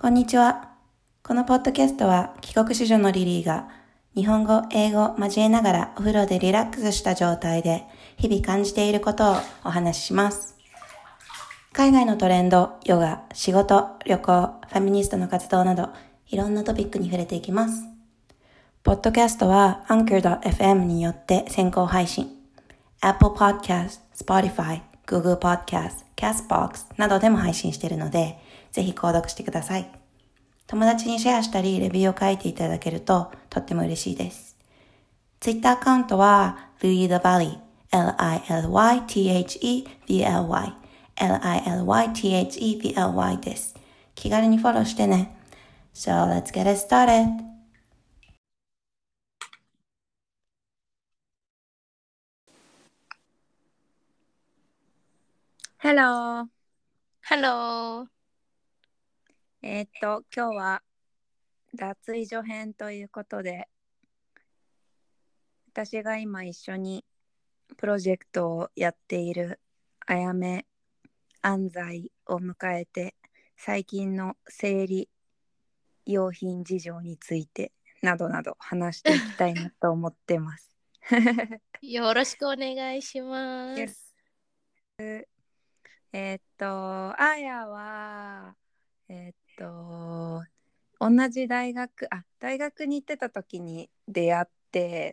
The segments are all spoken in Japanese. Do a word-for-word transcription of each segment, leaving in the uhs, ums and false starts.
こんにちは。このポッドキャストは帰国子女のリリーが日本語、英語を交えながらお風呂でリラックスした状態で日々感じていることをお話しします。海外のトレンド、ヨガ、仕事、旅行、ファミニストの活動などいろんなトピックに触れていきます。ポッドキャストは アンカードットエフエム によって先行配信。Apple Podcast、Spotify、Google Podcast、Castbox などでも配信しているので、ぜひ購読してください。友達にシェアしたり、レビューを書いていただけるととっても嬉しいです。Twitter アカウントは Lily the Valley、エルアイエルワイティーエイチイーブイエルワイ、エルアイエルワイティーエイチイーブイエルワイ です。気軽にフォローしてね。So let's get it started! Hello! ハロー。 えーっと、今日は脱衣所編ということで、私が今一緒にプロジェクトをやっているあやめ安西を迎えて、最近の生理用品事情についてなどなど話していきたいなと思ってます。 よろしくお願いします。 えーっと、あやは、えーっと、同じ大学、あ、大学に行ってた時に出会って、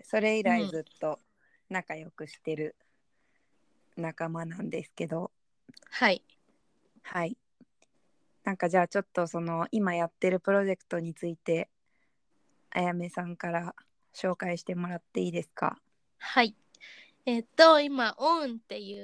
それ以来ずっと仲良くしてる仲間なんですけど、 はい。 はい。なんかじゃあちょっとその今やってるプロジェクトについて、あやめさんから紹介してもらっていいですか？ はい。えっと、今、オンっていう、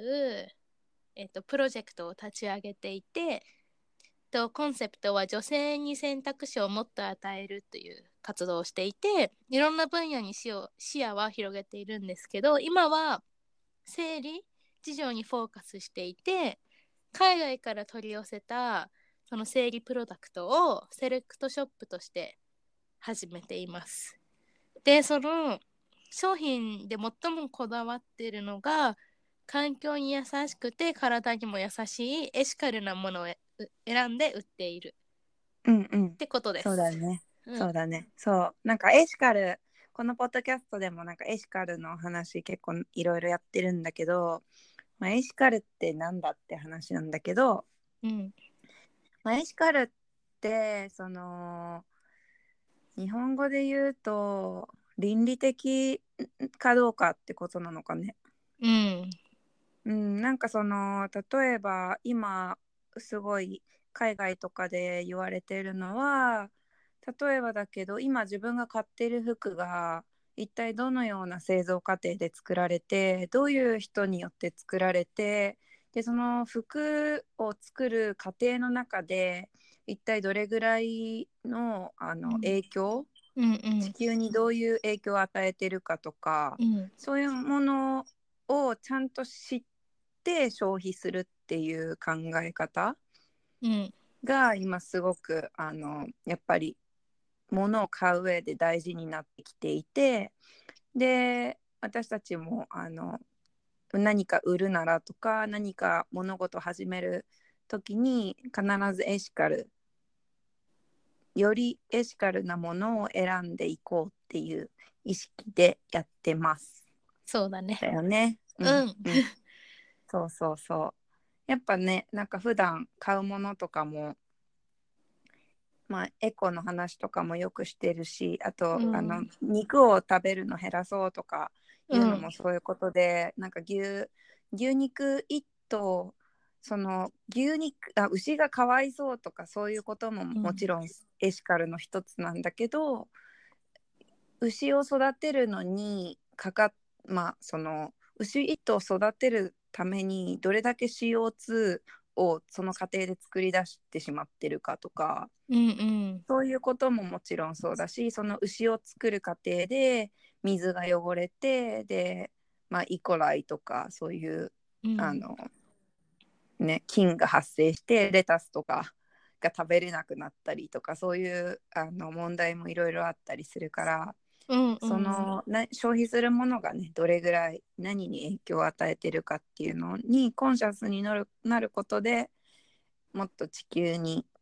えっと、プロジェクトを立ち上げていて、とコンセプトは女性に選択肢をもっと与えるという活動をしていて、いろんな分野に視野視野は広げているんですけど、今は生理事情にフォーカスしていて、海外から取り寄せたその生理プロダクトをセレクトショップとして始めています。で、その商品で最もこだわっているのが、環境に優しくて体にも優しいエシカルなものを選んで売っているうんうん。 ってことです。 そうだね。 うん、 そうだね。そう。なんかエシカル、このポッドキャストでもなんかエシカルの話結構いろいろやってるんだけど、まあ、エシカルってなんだって話なんだけど、 うんまあ、エシカルってその日本語で言うと倫理的かどうかってことなのかね。 うん、 うん、なんかその例えば今すごい海外とかで言われてるのは、例えばだけど今自分が買ってる服が一体どのような製造過程で作られて、どういう人によって作られて、でその服を作る過程の中で一体どれぐらいの、あの影響、 うんうん地球にどういう影響を与えてるかとか、 うん、 そういうものをちゃんと知って消費するっていう考え方うんが今すごくあのやっぱり物を買う上で大事になってきていて、で私たちもあの何か売るならとか何か物事を始める時に必ずエシカルよりエシカルなものを選んでいこうっていう意識でやってます。 そうだね。 だよね。 うん、うん、 そうそうそう。やっぱね、なんか普段買うものとかも、まあ、エコの話とかもよくしてるし、あと、 うん、 あの肉を食べるの減らそうとかいうのうんもそういうことで、なんか牛牛肉一頭、その牛肉あ牛がかわいそうとかそういうことももちろんエシカルの一つなんだけど、牛を育てるのにかかっまあその牛一頭育てるためにどれだけ シーオーツー をその過程で作り出してしまってるかとか、 うんうんそういうことももちろんそうだし、その牛を作る過程で水が汚れて、で、まあ、イコライとかそういう、 うんあのね、菌が発生してレタスとかが食べれなくなったりとか、そういうあの問題もいろいろあったりするから、 うんうん、 そのな消費するものがねどれぐらい何に影響を与えてるかっていうのにコンシャスになる、なることでもっと地球に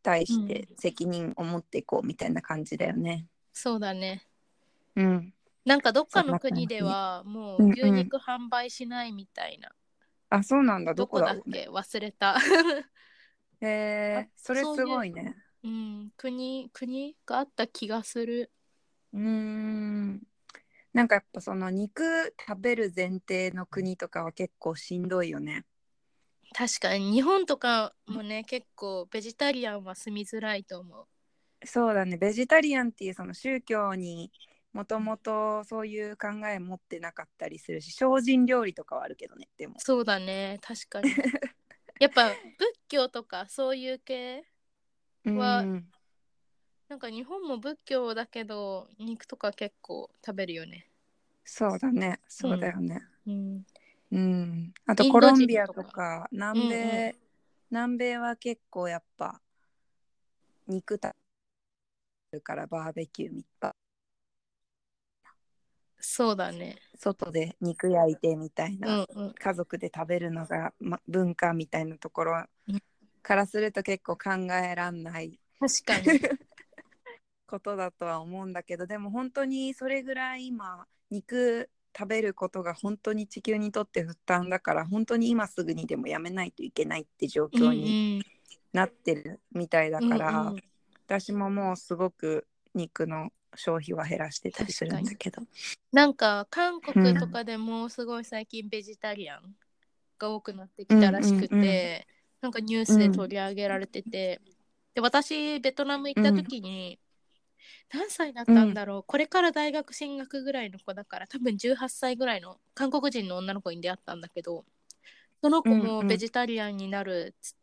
対して責任を持っていこうみたいな感じだよね。 そうだね。 うん。 なんかどっかそんな感じ。 の国ではもううん牛うん。 肉販売しないみたいな。 あ、そうなんだ。どどこだっこだろうね。 け忘れた。 へあえ、それすそういう、 ごいね。 うん、国、国があった気がする。 うーん。なんかやっぱその肉食べる前提の国とかは結構しんどいよね。 確かに日本とかもね、結構ベジタリアンは住みづらいと思う。 そうだね。ベジタリアンっていうその宗教にもともとそういう考え持ってなかったりするし、精進料理とかはあるけどね、でも。 そうだね、確かに。やっぱ仏教とかそういう系うは、 ん。 なんか日本も仏教だけど、肉とか結構食べるよね。 そうだね。そうだよね。 うん。 うん。あとインドコロンビア人とか。 とかうん南うん。 米、南米は結構やっぱ肉食べるからバーベキューみたいな。 そうだね。 外で肉焼いてみたいな、 うんうん。 家族で食べるのが、ま、文化みたいなところうんからすると結構考えらんない確かに。 ことだとは思うんだけど、でも本当にそれぐらい今肉食べることが本当に地球にとって負担だから、本当に今すぐにでもやめないといけないって状うん況にうん。 なってるみたいだうんから、 うん。 私ももうすごく肉の消費は減らしてたりす確かに。 るんだけど、 なんか韓うん国とかでもすごい最近ベジタリアンが多くなってきうんたらしくうんて、なんかニュースでうん取り上げられてて、で、私、ベトナム行ったうん時に、何歳だっうんたんだろう、これから大学進学ぐらいの子だから、多分じゅうはっさいぐらいの韓国人の女の子に出会ったんだけど、その子もベうんうんジタリアンになるっつって、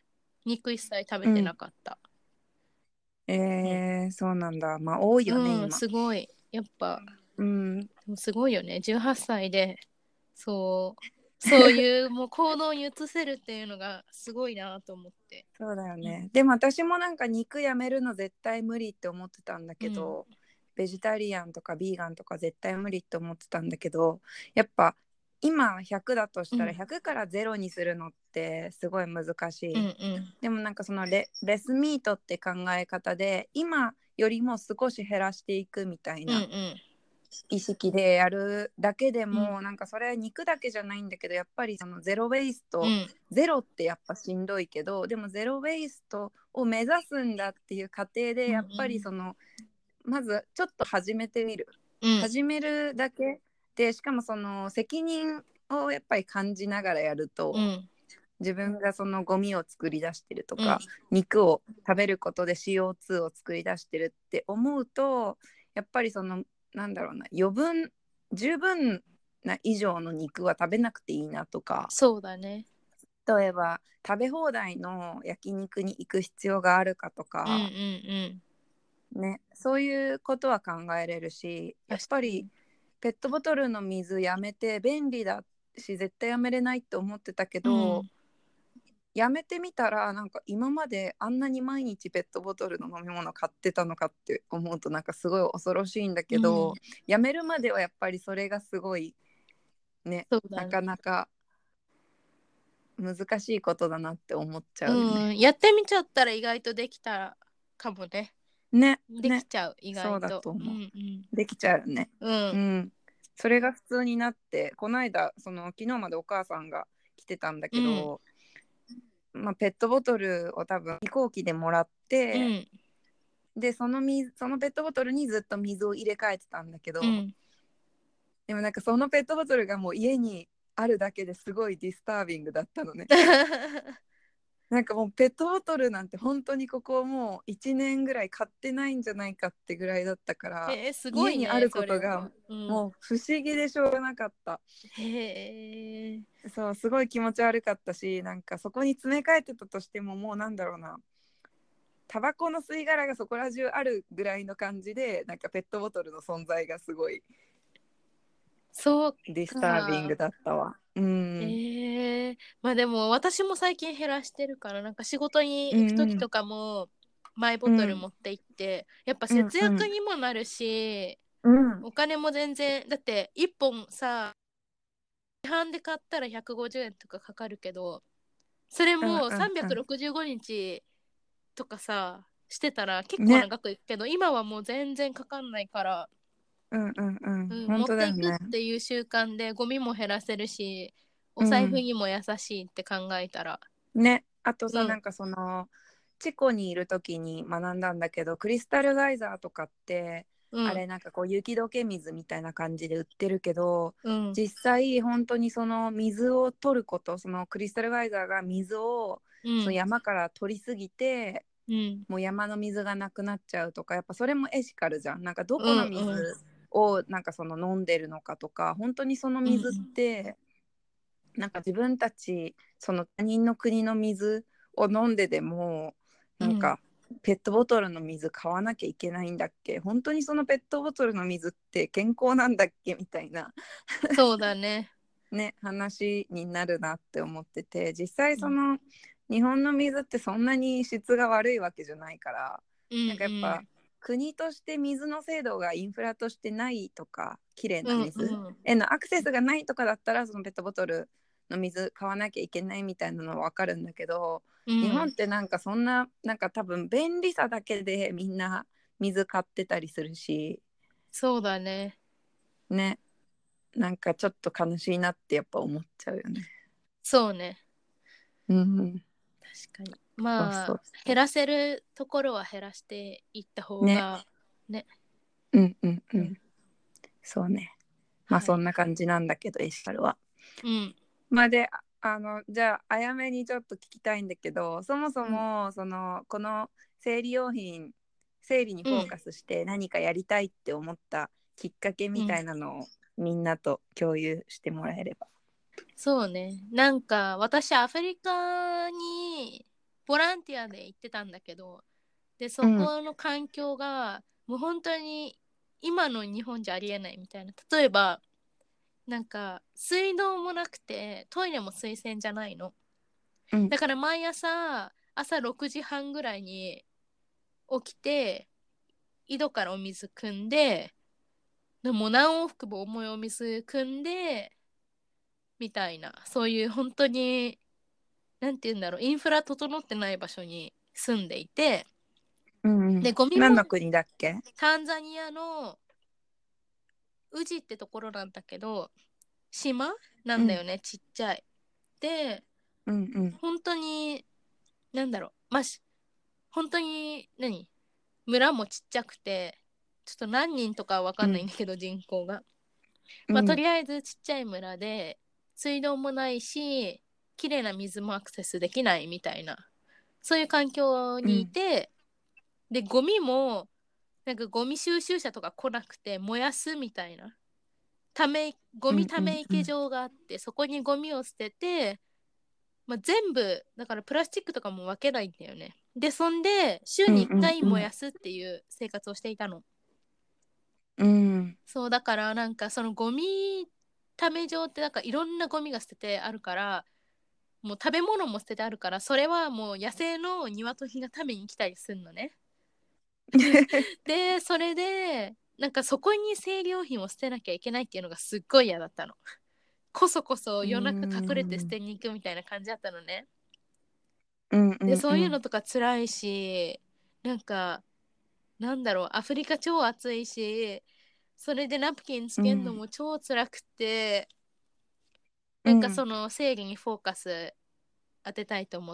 肉一切食べてなうん。 かった。 えー、そうなんだ。まあ多いよねうん、 今。 すごい。やっぱ、 うん。 でもすごいよね。じゅうはっさいで、そう、そういうもう行動に移せるっていうのがすごいなと思って。 そうだようん。 ね。でも私もなんか肉やめるの絶対無理って思ってたんだうん。 けど、ベジタリアンとかビーガンとか絶対無理って思ってたんだけど、やっぱ今ひゃくだとしたらうん。 ひゃくからゼロにするのってすごい難しうん。うい。 ん。 でもなんかそのレ、レスミートって考え方で今よりも少し減らしていくみたいうん。うなん。 意識でやるだけでうん。 もなんかそれは肉だけじゃないんだけど、やっぱりそのゼロウェイスト、 うん。 ゼロってやっぱしんどいけど、でもゼロウェイストを目指すんだっていう過程でうん。 やっぱりそのまずちょっと始めてみる、 うん。 始めるだけで、しかもその責任をやっぱり感じながらやると、 うん。 自分がそのゴミを作り出してるとうん。 か、肉を食べることで シーオーツー を作り出してるって思うと、やっぱりそのなんだろうな、余分十分な以上の肉は食べなくていいなとか、 そうだね。 例えば食べ放題の焼肉に行く必要があるかとうん。うん。 か、 うん。 ね、そういうことは考えれるし、やっぱり確かに。 ペットボトルの水やめて便利だし絶対やめれないって思ってたけうど、 ん。 やめてみたらなんか今まであんなに毎日ペットボトルの飲み物買ってたのかって思うとなんかすごい恐ろしいんだけど、 うん。 やめるまではやっぱりそれがすごいね、なそうだね。 かなか難しいことだなって思っちゃうよね。 うん。やってみちゃったら意外とできたかもね。 ねできね、 ちゃう、意そうだ外と。うと思う。 ん。うん。 できちゃうよね。 うん。 うん。それが普通になって、この間その昨日までお母さんが来てたんだうん。 けど、まあ、ペットボトルを多分飛行機でもらっうて、 ん。 でその水そのペットボトルにずっと水を入れ替えてたんだけど、 うん。 でもなんかそのペットボトルがもう家にあるだけですごいディスタービングだったのね。なんかもうペットボトルなんて本当にここもういちねんぐらい買ってないんじゃないかってぐらいだったから、 えー、すごいね、 家にあるそれは。 ことがうん。 もう不思議でしょうがなかった。 へえ。 そう、すごい気持ち悪かったし、なんかそこに詰め替えてたとしてももうなんだろうな、タバコの吸い殻がそこら中あるぐらいの感じで、なんかペットボトルの存在がすごいそうディスタービングか。 だったわ。うん。 ええ。まあでも私も最近減らしてるから、なんか仕事にうんうん。 行く時とかもマイボトルうん持って行って、やっぱうん節約にもなるし、 うん。 お金も全然、だっていっぽんさ、市販で買ったらひゃくごじゅうえんとかかかるけど、それうんもうんうん。 さんびゃくろくじゅうごにちとかさしてたら結構ね、 な額いくけど、今はもう全然かかんないから、 うんうんううんん、本持っていく当だよね。 っていう習慣でゴミも減らせるし、おうん財布にも優しいって考えたら、 ね、あとさ、 うんなんかそのチェコにいる時に学んだんだけど、クリスタルガイザーとかってあうんれなんかこう雪解け水みたいな感じで売ってるけど、 うん実際本当にその水を取ること、そのクリスタルガイザーが水をそのうん山から取りすぎて、 うんもう山の水がなくなっちゃうとか、やっぱそれもエシカルじゃん。なんかどこのうんうん水をなんかその飲んでるのかとか、本当にその水ってなんか自分たちその他人の国の水を飲んででもなんかペットボトルの水買わなきゃいけないんだっけ、本当にそのペットボトルの水って健康なんだっけみたいなそうだね。 ね話になるなって思ってて、実際その日本の水ってそんなに質が悪いわけじゃないから、 うんなんかやっぱ国として水の制度がインフラとしてないとか、綺麗なうん水うんへのアクセスがないとかだったら、そのペットボトルの水買わなきゃいけないみたいなのは分かるんだけど、 うん日本ってなんかそんななんか多分便利さだけでみんな水買ってたりするしそうだね。 ね、なんかちょっと悲しいなってやっぱ思っちゃうよね。 そうね。 うん確かに。 そうまあそう減らせるところは減らしていった方ね、 がね。 うんうんううんんそうね、まあはい。 そんな感じなんだけど、エシカルはうんまあで、あのじゃああやめにちょっと聞きたいんだけど、そもそうんもそのこの生理用品生理にフォーうんカスして何かやりたいって思ったきっかけみたうん。 いなのをみんなと共有してもらえれば。 そうね。なんか私アフリカにボランティアで行ってたんだけど、でそうんこの環境がもう本当に今の日本じゃありえないみたいな。例えばなんか水道もなくてトイレも水洗じゃないの。 うんだから毎朝朝ろくじはんぐらいに起きて井戸からお水汲んで、でも何往復も重いお水汲んでみたいな、そういう本当になんて言うんだろう、インフラ整ってない場所に住んでいて、 うんうん、 でゴミも何の国だっけ？ タンザニアの宇治ってところなんだけど、島なんだよね、ちっちゃい。でうんうん本当になんだろう、まあし本当に何村もちっちゃくて、ちょっと何人とかは分かんないんだけど、人口が、まあ、とうんりあえずちっちゃい村で水道もないし綺麗な水もアクセスできないみたいな、そういう環境にいて、でゴミもなんかゴミ収集車とか来なくて燃やすみたいな、ためゴミため池場があって、そこにゴミを捨てて、まあ、全部だからプラスチックとかも分けないんだよね。でそんで週にいっかい燃やすっていう生活をしていたの。 うんそうだからなんかそのゴミため場ってなんかいろんなゴミが捨ててあるから、もう食べ物も捨ててあるから、それはもう野生の鶏が食べに来たりするのね。でそれでなんかそこに生理用品を捨てなきゃいけないっていうのがすっごい嫌だったの。こそこそ夜中隠れて捨てに行くみたいな感じだったのね。 うんうんでそういうのとか辛いし、なんかなんだろう、アフリカ超暑いし、それでナプキンつけるのも超辛くて、 うんなんかその生理にフォーカス当てたいと思って、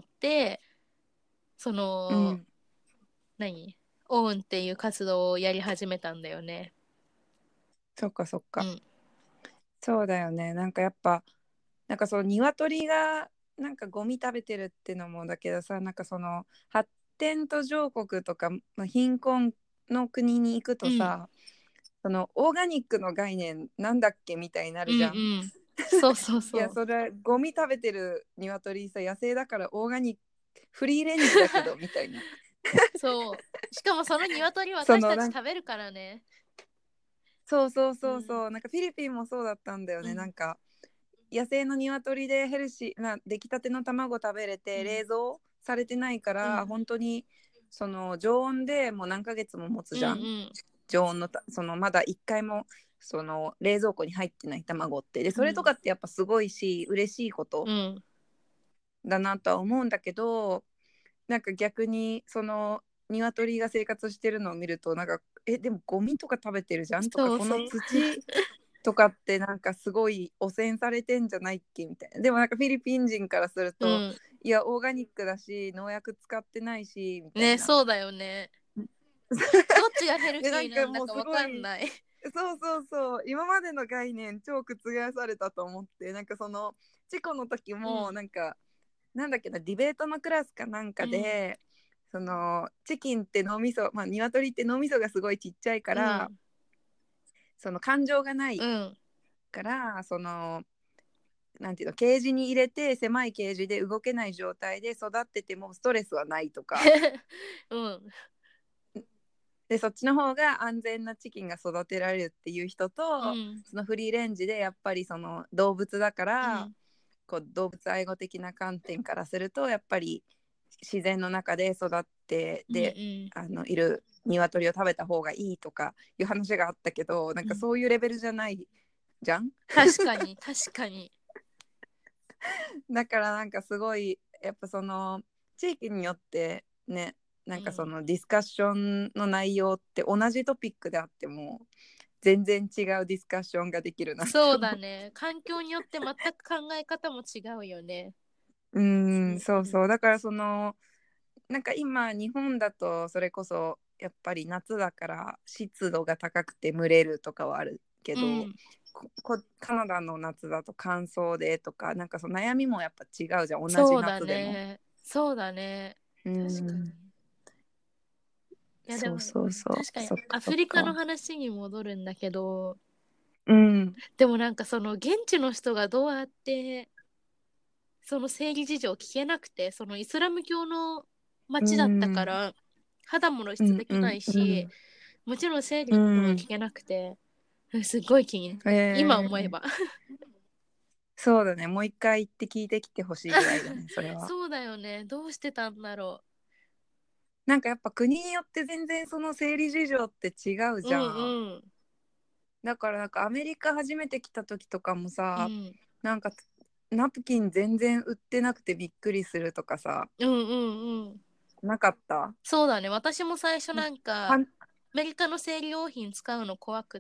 その、 うん何オウンっていう活動をやり始めたんだよね。 そっかそっか、 うんそうだよね。なんかやっぱなんかその鶏がなんかゴミ食べてるってのもだけどさ、なんかその発展途上国とか、まあ、貧困の国に行くとさ、そのオーガニックの概念なんだっけみたいになうんるじゃん。 うん、そうそういそう。 やそれゴミ食べてる鶏さ、野生だからオーガニックフリーレンジだけどみたいな。 そうしかもその鶏そのなん私たち食べるからね。 そうそうそうそう、なんかフィリピンもそうだったんだよね、 うんなんか野生の鶏でヘルシーな出来たての卵食べれて、 うん冷蔵されてないから、 うん本当にその常温でもう何ヶ月も持つじゃん、 うんうん常温のたそのまだ一回もその冷蔵庫に入ってない卵って。でそれとかってやっぱすごいし嬉しいことうんだなとは思うんだけど、 なんか逆にその鶏が生活してるのを見るとなんかえでもゴミとか食べてるじゃんとか、 そうそうこの土とかってなんかすごい汚染されてんじゃないっけみたいな。でもなんかフィリピン人からするうと、 んいやオーガニックだし農薬使ってないしみたいな。 ね、そうだよね。どっちがヘルシーなんだかわかんない。 そうそうそう、今までの概念超覆されたと思って、なんかそのチコの時もなんか、うん、なんだっけな、ディベートのクラスかなんかで、うん、そのチキンって脳みそ、まあ鶏って脳みそがすごいちっちゃいから、うん、その感情がないから、うん、そのなんていうの、ケージに入れて狭いケージで動けない状態で育っててもストレスはないとか、うん、でそっちの方が安全なチキンが育てられるっていう人と、うん、そのフリーレンジでやっぱりその動物だから、うん、こう動物愛護的な観点からするとやっぱり自然の中で育ってで、うんうん、あのいる鶏を食べた方がいいとかいう話があったけど、なんかそういうレベルじゃないじゃん、うん、 確かに確かにだからなんかすごいやっぱその地域によってね、なんかそのディスカッションの内容って同じトピックであっても全然違うディスカッションができるなって。 そうだね、環境によって全く考え方も違うよね。 うーん、そうそう、だからそのなんか今日本だとそれこそやっぱり夏だから湿度が高くて蒸れるとかはあるけど、うん、こカナダの夏だと乾燥でとか、なんかその悩みもやっぱ違うじゃん、同じ夏でも。 そうだね、そうだね、 確かに。 いやでもそうそうそう、 確かにアフリカの話に戻るんだけど、 うん、 でもなんかその現地の人がどうやってその生理事情を聞けなくて、そのイスラム教の町だったから肌も露出できないし、うんうんうん、もちろん生理のことも聞けなくて、うん、すごい気に、えー、今思えばそうだね、もう一回行って聞いてきてほしいぐらいだねそれは。 そうだよね、どうしてたんだろう。 なんかやっぱ国によって全然その生理事情って違うじゃん、うんうん、だからなんかアメリカ初めて来た時とかもさ、うん、なんかナプキン全然売ってなくてびっくりするとかさ、 うんうんうん、 なかった？ そうだね、私も最初なんかアメリカの生理用品使うの怖くって、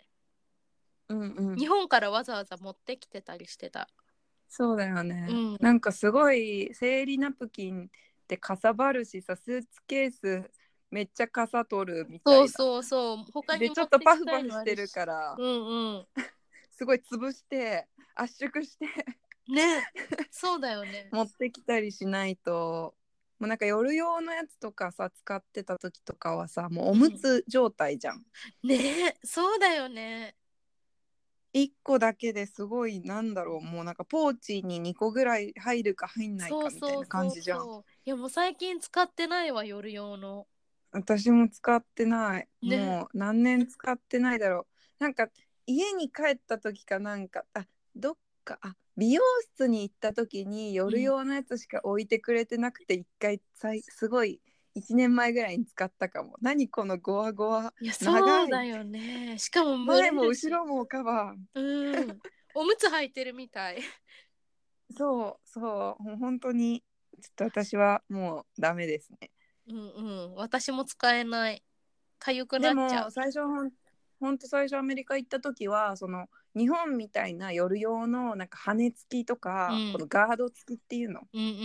うんうん、日本からわざわざ持ってきてたりしてた。 そうだよね、うん、なんかすごい生理ナプキンってかさばるしさ、スーツケースめっちゃかさ取るみたいな。 そうそうそう、他にでちょっとパフパフしてるから、 うんうん、 すごい潰して圧縮してね、そうだよね持ってきたりしないと、もうなんか夜用のやつとかさ使ってた時とかはさ、もうおむつ状態じゃん、 うん、ね、そうだよね。 いっこだけですごい、なんだろう、もうなんかポーチににこぐらい入るか入んないかみたいな感じじゃん。そうそうそうそう、 いやもう最近使ってないわ、夜用の。 私も使ってない、ね、もう何年使ってないだろう。なんか家に帰った時かなんか、あどっかあ美容室に行った時に夜用のやつしか置いてくれてなくて、一、うん、回さいすごいいちねんまえぐらいに使ったかも。何このゴワゴワ、 いやそうだよね、しかも前も後ろもカバー、うん、おむつ履いてるみたいそうそう、もう本当にちょっと私はもうダメですね。 うんうん、私も使えない、かゆくなっちゃう。 でも最初ほんほんと最初アメリカ行った時はその日本みたいな夜用のなんか羽付きとか、うん、このガード付きっていうの、うんうんうん、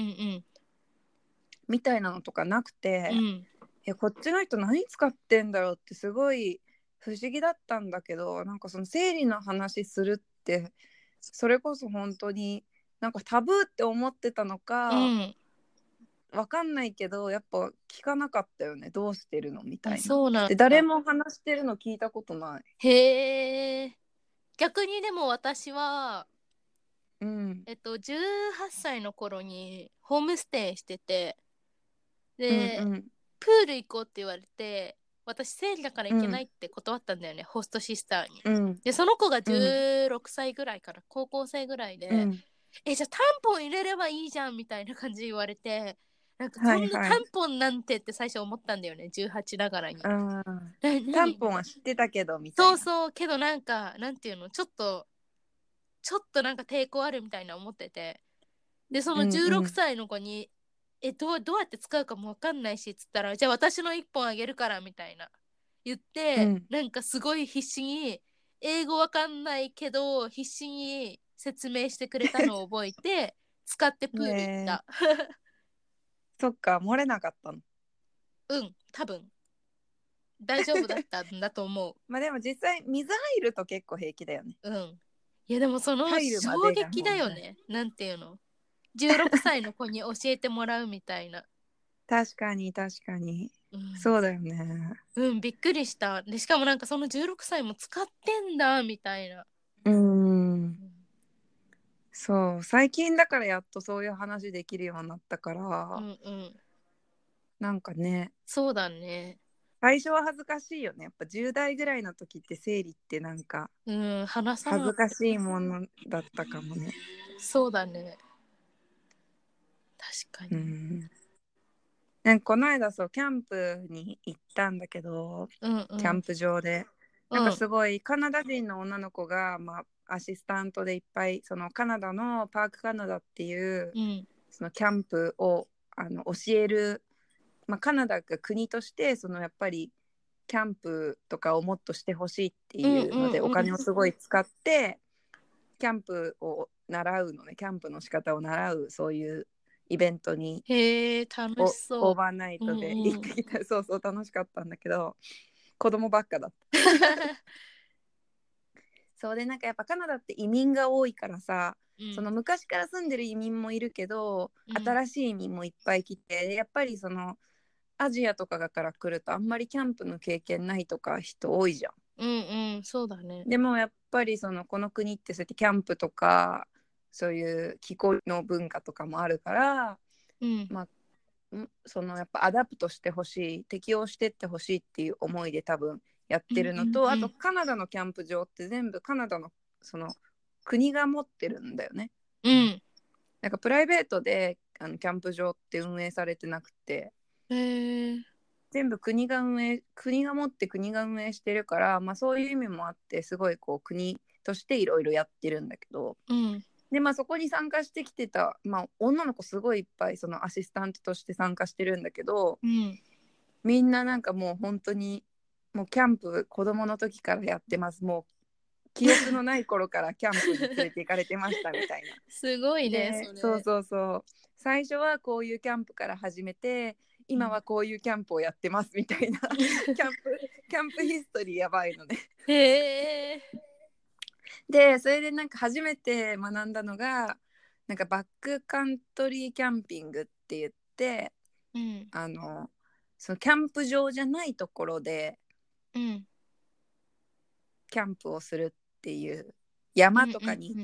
みたいなのとかなくて、うん、いやこっちの人何使ってんだろうってすごい不思議だったんだけど、なんかその生理の話するってそれこそ本当になんかタブーって思ってたのか、うん、わかんないけどやっぱ聞かなかったよね、どうしてるのみたいな。 そうなんだ。 で誰も話してるの聞いたことない。 へえ。逆にでも私は、 うん、 えっとじゅうはっさいの頃にホームステイしてて、で、うんうん、プール行こうって言われて、私生理だから行けないって断ったんだよね、うん、ホストシスターに、うん、でその子がじゅうろくさいぐらいから、うん、高校生ぐらいで、うん、えじゃあタンポン入れればいいじゃんみたいな感じで言われて、なんかそんなタンポンなんてって最初思ったんだよね、じゅうはちながらに。 あタンポンは知ってたけどみたいな。 そうそう、けどなんかなんていうの、ちょっとちょっとなんか抵抗あるみたいな思ってて、でそのじゅうろくさいの子に、 えどうどうやって使うかも分かんないしっつったら、じゃあ私の一本あげるからみたいな言って、 うんなんかすごい必死に英語分かんないけど必死に説明してくれたのを覚えて使ってプール行った。 そっか、漏れなかったの。 うん多分大丈夫だったんだと思う。 まあでも実際水入ると結構平気だよね。 うん。いやでもその入るま衝でが撃だよね。なんていうの、じゅうろくさいの子に教えてもらうみたいな。 確かに確かに、 うん、 そうだよね。 うんびっくりした。でしかもなんかそのじゅうろくさいも使ってんだみたいな。 うーん、 うん、 そう最近だからやっとそういう話できるようになったから、 うんうん、 なんかね、 そうだね。 最初は恥ずかしいよね。やっぱじゅう代ぐらいの時って生理ってなんかうん話さ恥ない。 ずかしいものだったかもね。 そうだね。確かに。 うん。なんかこの間そうキャンプに行ったんだけど、 うんうん、 キャンプ場でなんかすごいカナダ人の女の子が、まあ、アシスタントでいっぱいそのカナダのパークカナダっていううん、 そのキャンプをあの教える、まあ、カナダが国としてそのやっぱりキャンプとかをもっとしてほしいっていうので、 うんうんうん、 お金をすごい使ってキャンプを習うのね、キャンプの仕方を習うそういうイベントにへえ楽しそう。 オーバーナイトでうんうん、 行ってきた、そうそう楽しかったんだけど子供ばっかだったそうでなんかやっぱカナダって移民が多いからさ、 うん、 その昔から住んでる移民もいるけど、 うん、 新しい移民もいっぱい来て、やっぱりそのアジアとかから来るとあんまりキャンプの経験ないとか人多いじゃん。 うんうんそうだね。 でもやっぱりそのこの国ってそうやってキャンプとかそういう気候の文化とかもあるから、 うん、 まあんそのやっぱアダプトしてほしい、適応してってほしいっていう思いで多分やってるのと、 うんうんうん、 あとカナダのキャンプ場って全部カナダのその国が持ってるんだよね。 うん、 なんかプライベートであのキャンプ場って運営されてなくて、 へえ、 全部国が運営国が持って国が運営してるから、まあ、そういう意味もあってすごいこう国としていろいろやってるんだけど、 うん、 でまあそこに参加してきてた、まあ、女の子すごいいっぱいそのアシスタントとして参加してるんだけど、 うん、 みんななんかもう本当にもうキャンプ子供の時からやってます、もう記憶のない頃からキャンプに連れて行かれてましたみたいなすごいねそれ。 でそうそうそう、最初はこういうキャンプから始めて今はこういうキャンプをやってますみたいなキャンプキャンプヒストリーやばいのねへえ、 でそれでなんか初めて学んだのがなんかバックカントリーキャンピングって言って、 うん、 あのそのキャンプ場じゃないところでうん、 キャンプをするっていう山とかに行って、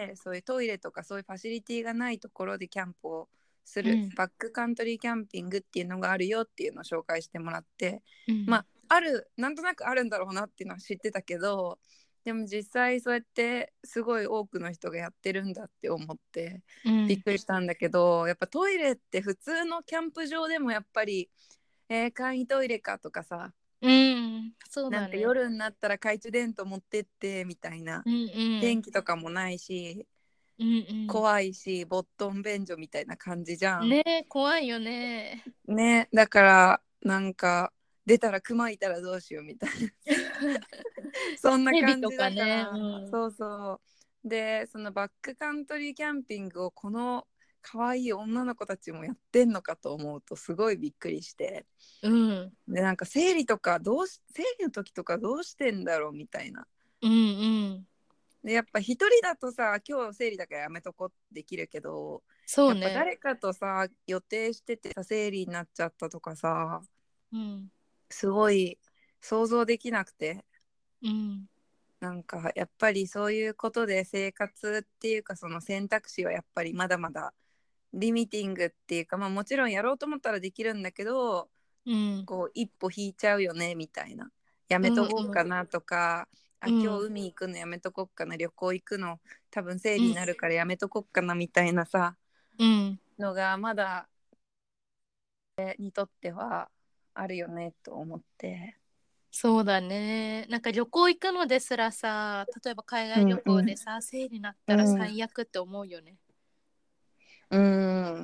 うん、そういうトイレとかそういうファシリティがないところでキャンプをする、 うん、 バックカントリーキャンピングっていうのがあるよっていうのを紹介してもらって、 うん、 まああるなんとなくあるんだろうなっていうのは知ってたけど、でも実際そうやってすごい多くの人がやってるんだって思ってびっくりしたんだけど、うん、やっぱトイレって普通のキャンプ場でもやっぱり、えー、簡易トイレかとかさ、 うん、そうだね、 なんか夜になったら懐中電灯持ってってみたいな、 うんうん、 電気とかもないし、 うんうん、 怖いしボットン便所みたいな感じじゃんねえ怖いよね。 ね、だからなんか出たらクマいたらどうしようみたいなそんな感じだから、 ねうん、 そうそうでそのバックカントリーキャンピングをこの可愛い女の子たちもやってんのかと思うとすごいびっくりして、 うん、 でなんか生理とかどうし生理の時とかどうしてんだろうみたいな、 うんうん、 でやっぱ一人だとさ今日生理だからやめとこうできるけど、 そうね、 やっぱ誰かとさ予定しててさ生理になっちゃったとかさ、 うん、 すごい想像できなくて、 うん、 なんかやっぱりそういうことで生活っていうかその選択肢はやっぱりまだまだリミティングっていうか、まあもちろんやろうと思ったらできるんだけど、 うん、 こう一歩引いちゃうよねみたいな、やめとこうかなとか、うんうん、あ今日海行くのやめとこうかな、旅行行くの多分生理になるからやめとこうかなみたいなさ、うん、のがまだにとってはあるよねと思って。 そうだね、なんか旅行行くのですらさ、例えば海外旅行でさ、うんうん、生理になったら最悪って思うよね。 うん、うん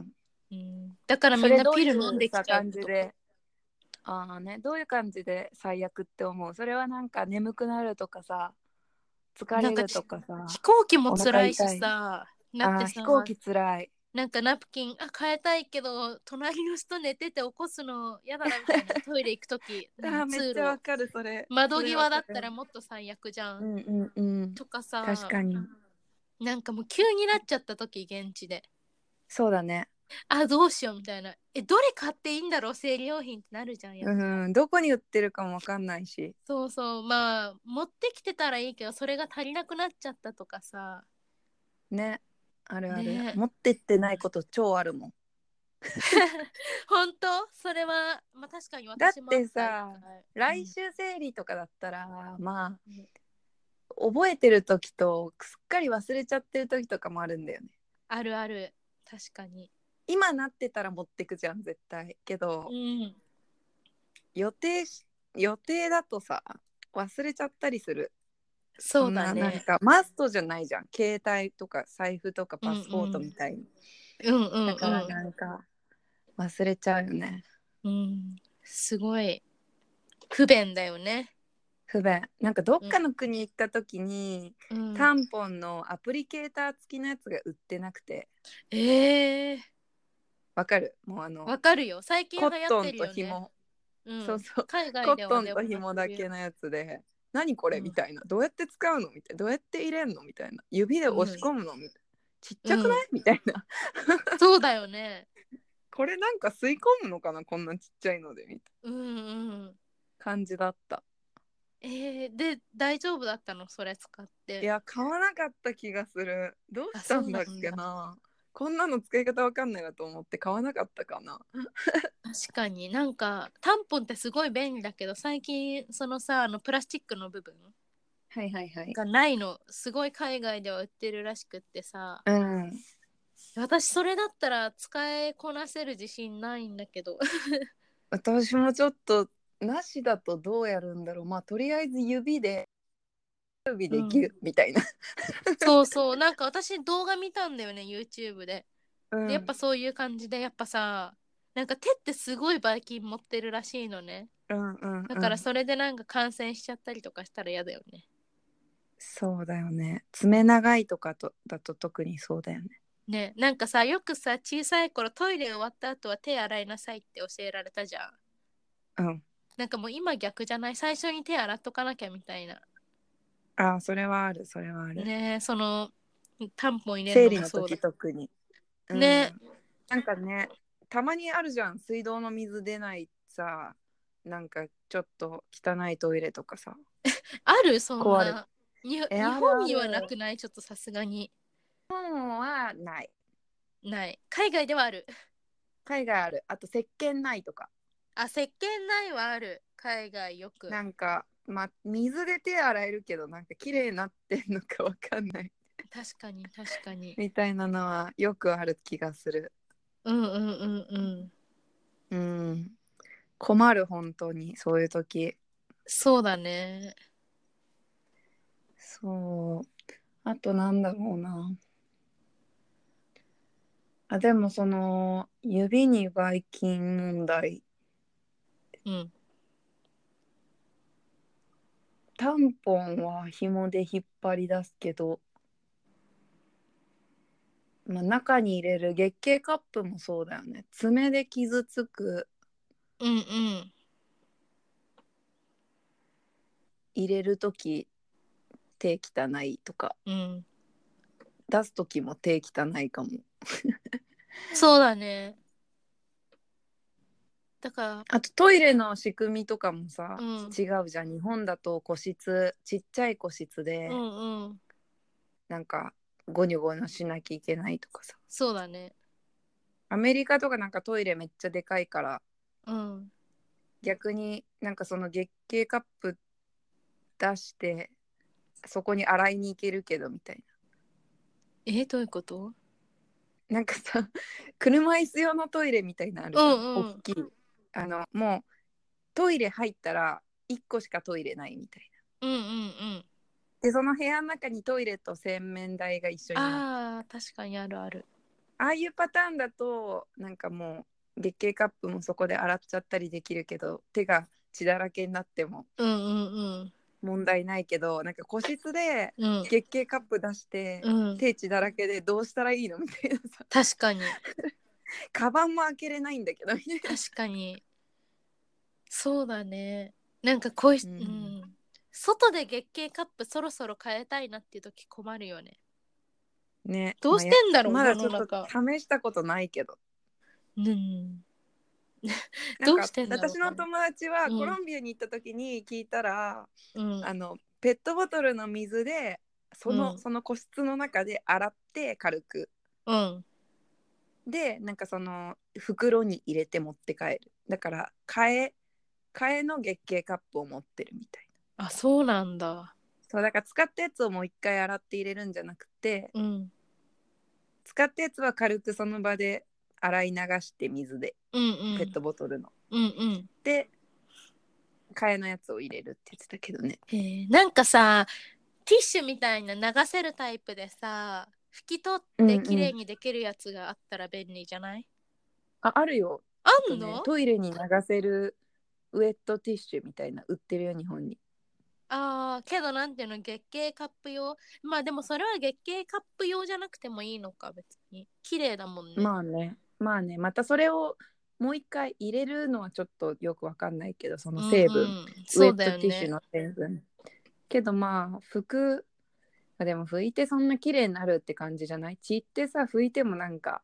うん、だからみんそれどういなピル飲んうさできちゃうとか。 感じで、ああね、どういう感じで最悪って思う？それはなんか眠くなるとかさ、疲れるとなんかちかさ、 飛行機もお腹辛いし痛い。 さ、だっああ、 てさ、 飛行機つらい。 なんかナプキン、あ、変えたいけど、隣の人寝てて起こすの嫌だなみたいな、トイレ行くとき、うん、 ああ、めっ通路、 ちゃわかる、それ。それ窓際だわかる。 ったらもっと最悪じゃん。 うんうんうん。 とかさ、 確かに。 なんかもう急になっちゃったとき、現地で。 そうだね。 あ、どうしようみたいな。え、どれ買っていいんだろう、生理用品ってなるじゃん、やっぱ。 うん、どこに売ってるかもわかんないし。 そうそう、まあ、持ってきてたらいいけど、それが足りなくなっちゃったとかさ。 ね。あるある。 ねえ。 持ってってないこと超あるもん。 本当それは、まあ確かにだっ私もあった、一てさ、 回。 来週生理とかだったら、まあ、 うん、 覚えてる時とすっかり忘れちゃってる時とかもあるんだよね。 あるある。確かに。 今なってたら持ってくじゃん絶対けど、 うん。 予定し予定だとさ忘れちゃったりする。 そうだそんななんね。 かマストじゃないじゃん、携帯とか財布とかうんうパスポートみん。 たいに。 うんうんだからうん。 なんか忘れちゃうよね。 うん。すごい不便だよね。 不便。なんかどっうん。 かの国行った時に、 うん、 タンポンのアプリケーター付きのやつが売ってなくて。 えー、 わかる？もうあのわかるよ。最近コッ流行ってトンるよね。 と紐、 うん。 そうそう、 海コ外ではでもットンとやってるよ。 紐だけのやつで、何これうん。 みたいな、どうやって使うのみたいな、どうやって入れんのみたいな、指で押し込むのみたいな、ちっちゃくなうん。 いみたいな。 そうだよね。 これなんか吸い込むのかな、こんなちっちゃいのでみたいうんうん。 な感じだった。 えー、で、大丈夫だったのそれ使っいて。 や買わなかった気がする。どうあ、 したそうんだっけなんだ。 な、こんなの使い方わかんないなと思って買わなかったかな。 確かになんか、タンポンってすごい便利だけど、最近、そのさ、あの、プラスチックの部分はいはいはい。 がないの、すごい海外では売ってるらしくってさ、 うん。 私それだったら使いこなせる自信ないんだけど。 私もちょっとなしだとどうやるんだろう。まあとりあえず指で指でギュッうん。 みたいな。 そうそう、なんか私動画見たんだよね、YouTube で。で、やっうんぱそういう感じで、やっぱさ、なんか手ってすごいばい菌持ってるらしいのね。 うんうんだうん。 からそれでなんか感染しちゃったりとかしたら嫌だよね。 そうだよね。爪長いとかとだと特にそうだよね。 ね、なんかさ、よくさ、小さい頃トイレ終わった後は手洗いなさいって教えられたじゃん。 うん。 なんかもう今逆じゃない？最初に手洗っとかなきゃみたいな。 ああ、それはある、それはある。 ねえ、その、タンポン入れる生のもそうだ。 理の時特に。うね。 ん。なんかね、たまにあるじゃん。水道の水出ないさ、なんかちょっと汚いトイレとかさ。 あるそん壊れ。 な。にえ、 日ある本にはなある。 くない？ちょっとさすがに。 日本はない。 ない。海外ではある。 海外ある。あと石鹸ないとか。 あ、石鹸ないはある。海外よく。 なんか、まあ、水で手洗えるけど、なんか綺麗になってんのかわかんない確かに確かに。 みたいなのはよくある気がする。 うんうんうんうん。 うん。困る、本当に、そういう時。 そうだね。 そう。あとなんだろうな。あ、でもその、指にばい菌問題。 うん。 タンポンは紐で引っ張り出すけど、まあ、中に入れる月経カップもそうだよね。爪で傷つく、 うんうん。 入れるとき手汚いとか、 うん。 出すときも手汚いかも。 そうだね。だかあとトイレの仕組みとかもさ、 ら、うん。 違うじゃん。日本だと個室、ちっちゃい個室うで、 んうん。 なんかゴニョゴニョしなきゃいけないとかさ。 そうだね。 アメリカとかなんかトイレめっちゃでかいから、 うん。 逆になんかその月経カップ出してそこに洗いに行けるけどみたいえ、どういうこと？ な。なんかさ、車椅子用のトイレみたいなのあるうじゃん。大んうん。 きい。あの、もうトイレ入ったらいっこしかトイレないみたいな。 うんうんうん。 で、その部屋の中にトイレと洗面台が一緒になって、 ああ、確かにあるある。 ああいうパターンだとなんかもう月経カップもそこで洗っちゃったりできるけど、手が血だらけになってもうんうん問題ないけど、なんか個室でうん月経カップ出してうん手血だらけでどうしたらいいのみたいなさ、 確かにカバンも開けれないんだけどみたいな。 確かにそうだね。なんかこうい、 ううんん、外で月経カップそろそろ変えたいなっていう時困るよね。 ね、 どうしてんだろう、 まあやまだちょっ世の中。 と試したことないけど、 うん。 なんかどうしてんだろうな。 私の友達はうんコロンビアに行った時に聞いたら、 うんあのペットボトルの水でその、 うんその個室の中で洗って軽くうんで、なんかその袋に入れて持って帰る。だから替え替えの月経カップを持ってるみたいな。 あ、そうなんだ。 そうだから使ったやつをもう一回洗って入れるんじゃなくて、 うん使ったやつは軽くその場で洗い流して水で、 うんうんペットボトルのうんうんで替えのやつを入れるって言ってたけどね。 へえ、なんかさ、ティッシュみたいな流せるタイプでさ、拭き取ってきれいにできるやつがあったら便利じゃない？ あ、あるよ。 あとんの？ ね、トイレに流せるウェットティッシュみたいな売ってるよ、日本に。 ああ、けどなんていうの、月経カップ用。まあでもそれは月経カップ用じゃなくてもいいのか、別に。綺麗だもんね。 まあね、まあね、またそれをもう一回入れるのはちょっとよくわかんないけど、その成分、 うんうん、 ウェそうッだよね。 トティッシュの成分。けどまあ、拭く、あでも拭いてそんな綺麗になるって感じじゃない？血ってさ、拭いてもなんか、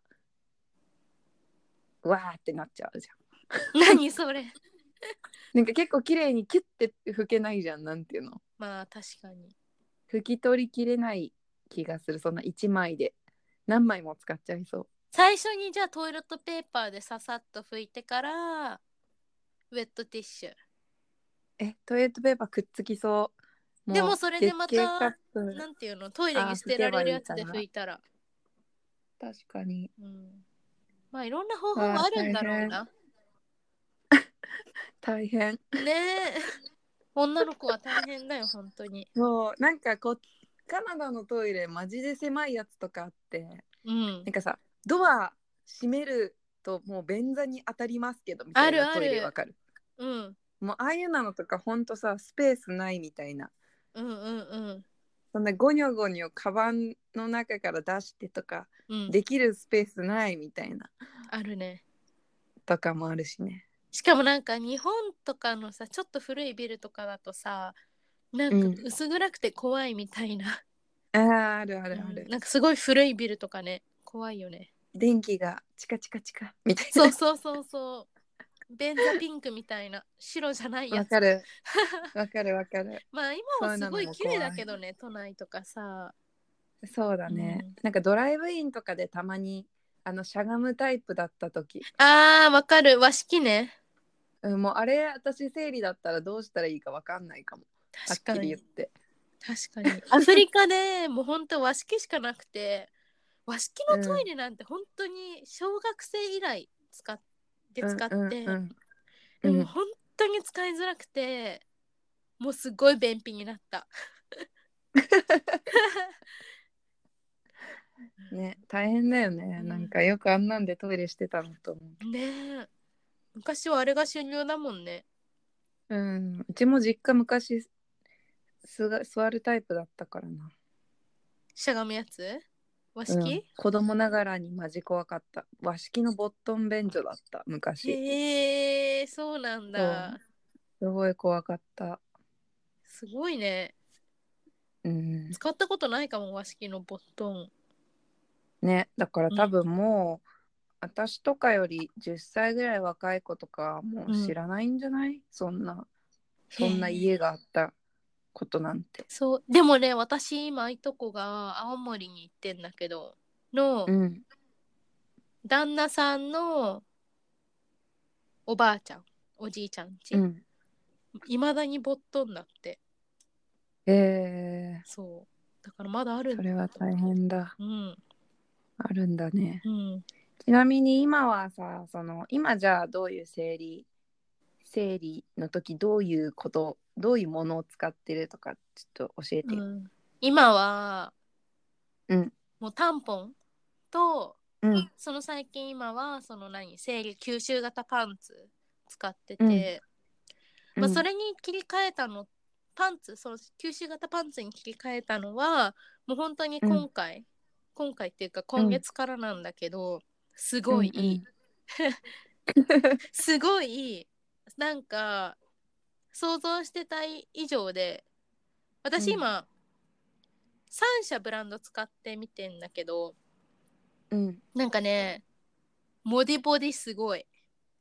わーってなっちゃうじゃん。 何それ。 なんか結構綺麗にキュッて拭けないじゃん、なんていうの。 まあ確かに。 拭き取りきれない気がする、そんないちまいで。何枚も使っちゃいそう。 最初にじゃあトイレットペーパーでささっと拭いてからウェットティッシュ。 え、トイレットペーパーくっつきそう。 でもそれでま月経カッたプ、 なんていうの、トイレに捨てられるやつで拭いたら。 確かに。 うん、まあいろんな方法わあはあるんだろうな。 大変。 ねえ。女の子は大変だよ、本当に。 そう、なんかこう、カナダのトイレ、マジで狭いやつとかあって、 うん。 なんかさ、ドア閉めるともう便座に当たりますけどみたいなトイレわかる？ うん。 もうああいうなのとかほんとさ、スペースないみたいな。 うんうんうんそんなゴニョゴニョカバンの中から出してとか、 うん。 できるスペースないみたいなあるね。 とかもあるしね。 しかもなんか日本とかのさ、ちょっと古いビルとかだとさ、なんか薄暗くて怖いみたいな。 あーあるあるある、 うん、なんかすごい古いビルとかね、怖いよね。 電気がチカチカチカみたいな。 そうそうそうそう。ベンザピンクみたいな白じゃないやつ。 わかるわかるわかる。 まあ今はすごい綺麗だけどね、都内とかさ。 そうだね、 うん、 なんかドライブインとかでたまにあのしゃがむタイプだった時、 あーわかる、和式ね。 うん、もうあれ私生理だったらどうしたらいいかわかんないかも。 確かにはっきり言って確かにアフリカでもうほんと和式しかなくて、和式のトイレなんて本当に小学生以来使って使って、 うんうんうん、 でも本当に使いづらくて、もうすごい便秘になったね、大変だよね、 うん、 なんかよくあんなんでトイレしてたのと思う。 ねえ、昔はあれが主流だもんね。 うん、うちも実家昔すが座るタイプだったからな。 しゃがむやつ和式、 うん、子供ながらにマジ怖かった。和式のボットン便所だった昔。 へえ、そうなんだ。 すごい怖かった。 すごいね。 うん、 使ったことないかも、和式のボットン。 ね、だから多分もう、うん、私とかよりじゅっさいぐらい若い子とかもう知らないんじゃない、うん、そんなそんな家があったことなんて。 そう、でもね、私今いとこが青森に行ってんだけどの、 うん、 旦那さんのおばあちゃんおじいちゃんち、いま、うん、だにボットンだって。 えー、 そうだからまだある。 それは大変だ、 うん、 あるんだね、 うん、 ちなみに今はさ、その今じゃあどういう生理生理の時どういうことどういうものを使ってるとかちょっと教えてよ、 うん、今は、 うん、 もうタンポンとうん、 その最近今はその何生理吸収型パンツ使ってうん、 て、まあ、そうん、 れに切り替えたのパンツその吸収型パンツに切り替えたのはもう本当にうん、 今回、今回っていうか今月からなんだけど、すうん、 ごいいい、 うん、 すごいなんか想像してた以上で、私今さん社ブランド使ってみてんだけど、 うん。 なんかねモディボディすごい。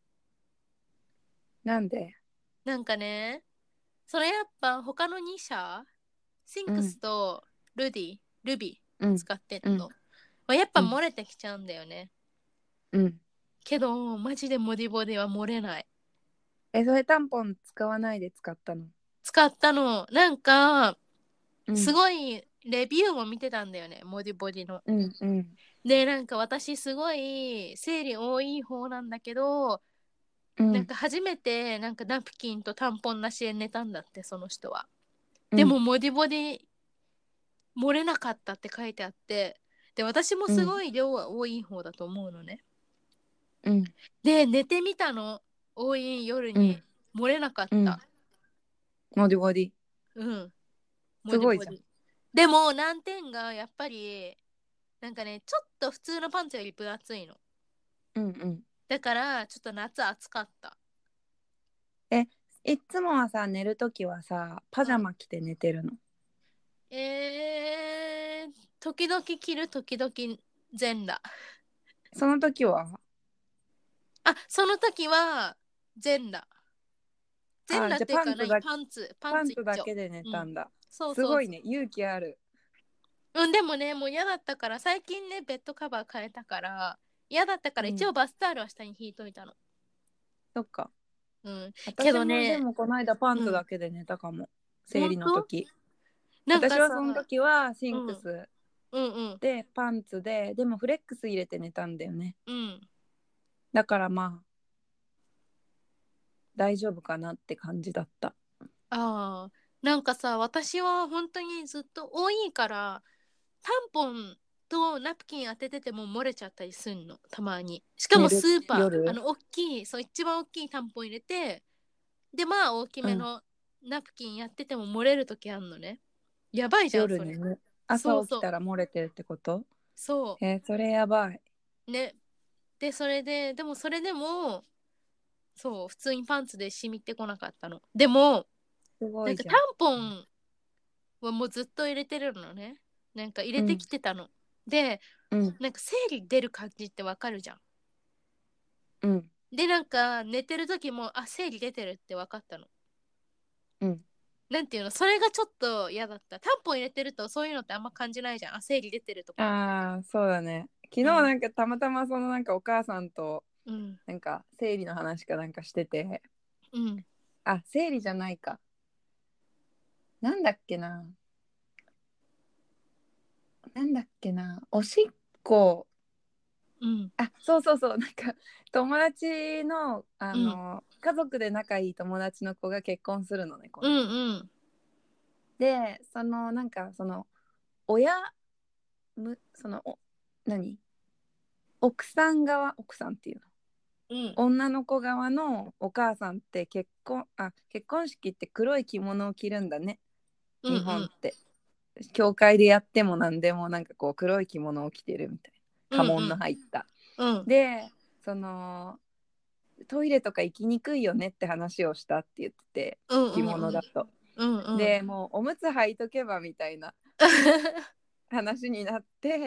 なんで？ なんかねそれやっぱ他のに社シンクスうん、 とルディルビうん、 ー使ってんの、 うん、 まあ、やっぱうん、 漏れてきちゃうんだよね。 うん。 けどマジでモディボディは漏れない。 え、それタンポン使わないで使ったの？ 使ったのなんかうん、 すごいレビューも見てたんだよねモディボディの。 うん、うん、 でなんか私すごい生理多い方なんだけど、 うん、 なんか初めてなんかナプキンとタンポンなしで寝たんだってその人は。 うん、 でもモディボディ漏れなかったって書いてあって、で私もすうん、 ごい量は多い方だと思うのね。 うん、 で寝てみたの、多い夜うん、 に漏れなかっうん。 た。 モディボディ。 うんモすごいじゃん。 ディボディ。でも難点がやっぱりなんかねちょっと普通のパンツより分厚いの。 うん、うん。 だからちょっと夏暑かった。 え、いつもはさ、寝るときはさ、パジャうんマ着て寝てるの？ えー、時々着る時々全裸。 その時は？ あその時は全裸。全あ、じゃあ裸っていうかパンツだ、 何パンツパンパンツ一丁。 ツだけで寝うんたんだ。 そうそうそう。 すごいね、勇気ある。 うんでもねもう嫌だったから最近ねベッドカバー変えたから嫌だったから一うん、 応バスタオルは下に引いといたの。 そっか。 うんけ私どねもでもこの間パンツうんだけで寝たかも。生理の本当時。 なんかさ私はその時はシうんンクスうんうんでパンツで、でもフレックス入れて寝たんだよね。 うんだからまあ大丈夫かなって感じだった。 ああなんかさ私は本当にずっと多いからタンポンとナプキン当ててても漏れちゃったりすんのたまに。しかも寝るスーパーあ夜。 の大きいそう一番大きいタンポン入れてでまあ大きうん。 めのナプキンやってても漏れる時あんのね。やばいじゃんそれ。 夜にね。朝そうそう起きたら漏れてるってこと？ そえー、それやばい。 うね。でそれででもそれでもそう普通にパンツで染みてこなかったの。でもすごなんかタいじゃん。 ンポンはもうずっと入れてるのね。なんか入れてうん。 きてたの。でうん。 なんか生理出る感じってわかるじゃん。 うん。 でなんか寝てる時もあ生理出てるって分かったの。 うん。 なんていうのそれがちょっと嫌だった。タンポン入れてるとそういうのってあんま感じないじゃん。あ生理出てるとか。 ああ、そうだね。昨日うんなんかたまたまそのなんかお母さんとうんなんか生理の話かなんかしてて、 うんあ、生理じゃないか。なんだっけな。なんだっけな。おしっこ。 うんあ、そうそうそう。なんか友達のあうんの家族で仲いい友達の子が結婚するのね、 うん今度。 うんで、そのなんかその親むそのお何奥さん側、奥さんっていうの、 うん女の子側のお母さんって結婚あ結婚式って黒い着物を着るんだね、日本うんうんって教会でやっても何でもなんかこう黒い着物を着てるみたいな、家紋の入った、 うんでそのトイレとか行きにくいよねって話をしたって言ってて、 うん着物だと、 うんうんでもうおむつ履いとけばみたいな話になって、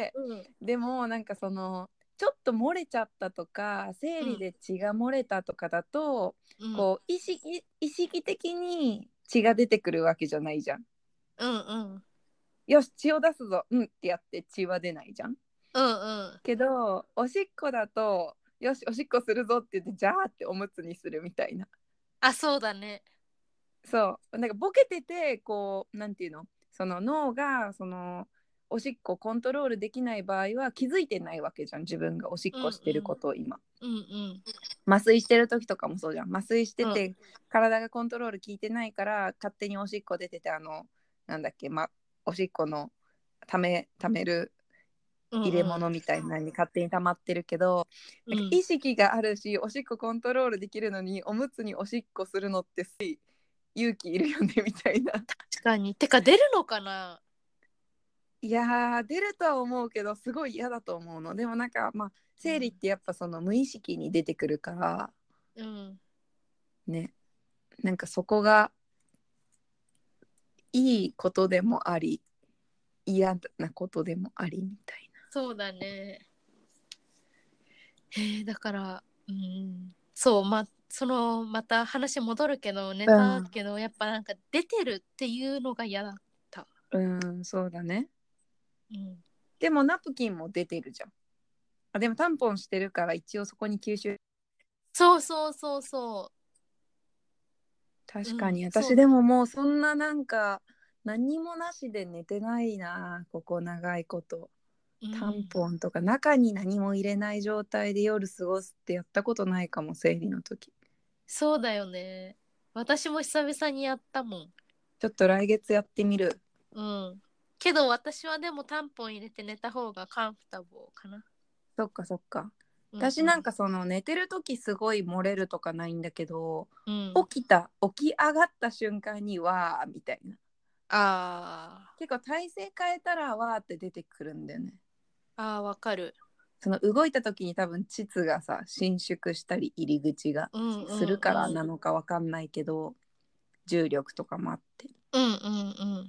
うんでもなんかそのちょっと漏れちゃったとか生理で血が漏れたとかだと、 うんこう意識意識的に血が出てくるわけじゃないじゃん。 うんうんよし血を出すぞうんってやって血は出ないじゃん。 うんうんけどおしっこだとよしおしっこするぞって言ってジャーっておむつにするみたいな。 あそうだね。 そうなんかボケててこうなんていうの、その脳がそのおしっこコントロールできない場合は気づいてないわけじゃん、自分がおしっこしてることを今、 うんうん麻酔してる時とかもそうじゃん、麻酔してうんて体がコントロール効いてないから勝手におしっこ出てて、あのなんだっけ、ま、おしっこのためためる入れ物みたいなのに勝手に溜まってるけど、 うんうん、 なんか意識があるしおしっこコントロールできるのにおむつにおしっこするのってすごい勇気いるよねみたいな。 確かに。てか出るのかな。 いやー出るとは思うけどすごい嫌だと思うの。でもなんかまあ生理ってやっぱその無意識に出てくるからうんね、なんかそこがいいことでもあり嫌なことでもありみたいな。 そうだね。へえ、だからうんそう、まそのまた話戻るけどネタけど、やっぱなんか出てるっていうのが嫌だった。 うん、うん、そうだね。 うん、 でもナプキンも出てるじゃん。あでもタンポンしてるから一応そこに吸収。 そうそうそうそ確かに、 うん、 私でももうそんななんか何もなしで寝てないな、ここ長いこと。 う、うん、 タンポンとか中に何も入れない状態で夜過ごすってやったことないかも、生理の時。 そうだよね。私も久々にやったもん。 ちょっと来月やってみる。 うん。けど私はでもタンポン入れて寝た方がカンフタボーかな。 そっかそっか。 うんうん、 私なんかその寝てる時すごい漏れるとかないんだけど、 うん、 起きた起き上がった瞬間にわーみたいな。 あ結構体勢変えたらわーって出てくるんだよね。 ーあー、わかる。 その動いた時に多分膣がさ伸縮したり入り口がうんうんうん、 するからなのかわかんないけど、重力とかもあってうんうんうん。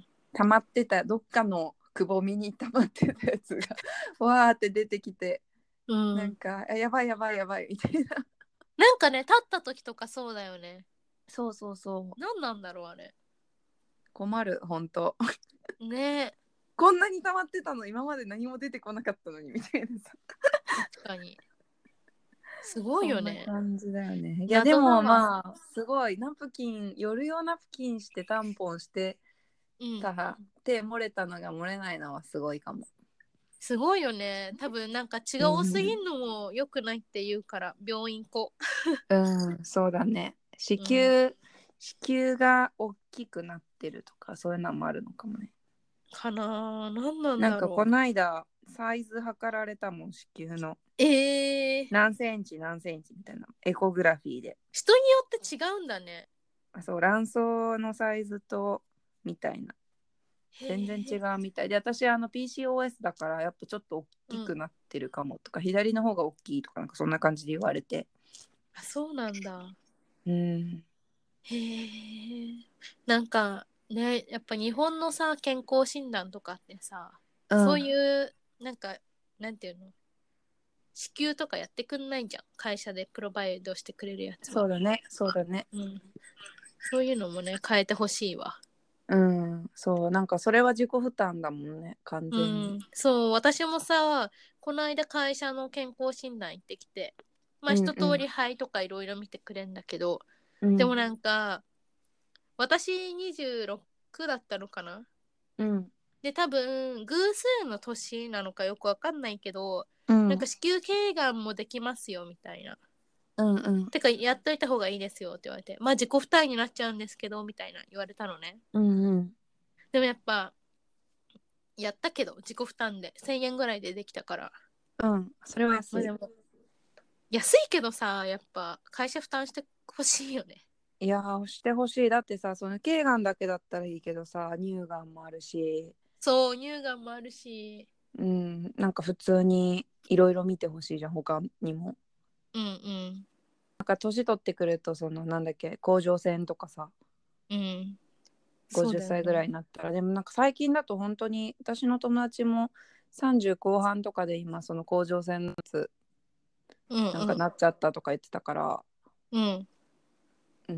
溜まってたどっかのくぼみに溜まってたやつがわーって出てきて、 うん、 なんかやばいやばいやばいみたいな。 なんかね、立った時とかそうだよね。 そうそうそう。 なんなんだろうあれ。 困るほんと。 ね。 こんなに溜まってたの今まで何も出てこなかったのにみたいなさ。 確かに。すごいよね。 そんな感じだよね。いやでもまあすごいナプキン夜用ナプキンしてタンポンしてたら、うん、手漏れたのが漏れないのはすごいかも。 すごいよね。多分なんか血が多すぎんのも良くないって言うから、うん、病院行こう。うんそうだね。子宮、うん、子宮が大きくなってるとかそういうのもあるのかもね。 かな。なんなんだろう。 なんかこの間サイズ測られたもん子宮の。 えー、 何センチ何センチみたいなエコグラフィーで。 人によって違うんだね。 あそう卵巣のサイズとみたいな全然違うみたいで、私あの ピーシーオーエス だからやっぱちょっと大きくなってるかもとか、うん、左の方が大きいとかなんかそんな感じで言われて。 あ、そうなんだ。 うんへえ。なんかね、やっぱ日本のさ健康診断とかってさ、うん、そういうなんかなんていうの支給とかやってくんないじゃん、会社でプロバイドしてくれるやつは。 そうだねそうだね、 うん、そういうのもね変えてほしいわ。 うんそうなんかそれは自己負担だもんね完全に、 うん、そう私もさこの間会社の健康診断行ってきて、まあ一通り肺とかいろいろ見てくれんだけど、うん、でもなんか私にじゅうろくだったのかな、うん、で多分偶数の年なのかよくわかんないけど、うん、なんか子宮頸がんもできますよみたいな、うんうん、てかやっといた方がいいですよって言われて、まあ自己負担になっちゃうんですけどみたいな言われたのね、うんうん、でもやっぱやったけど自己負担でせんえんぐらいでできたから、 うんそれは安い、 まあ、でも安いけどさやっぱ会社負担してほしいよね。 いやしてほしい。だってさその頸がんだけだったらいいけどさ乳がんもあるし、 そう乳がんもあるし、 うんなんか普通にいろいろ見てほしいじゃん他にも。 うんうんなんか年取ってくるとそのなんだっけ甲状腺とかさ、うん、ごじゅっさいぐらいになったら、ね、でもなんか最近だと本当に私の友達もさんじゅう後半とかで今その甲状腺のやつなんかなっちゃったとか言ってたから、うんうん、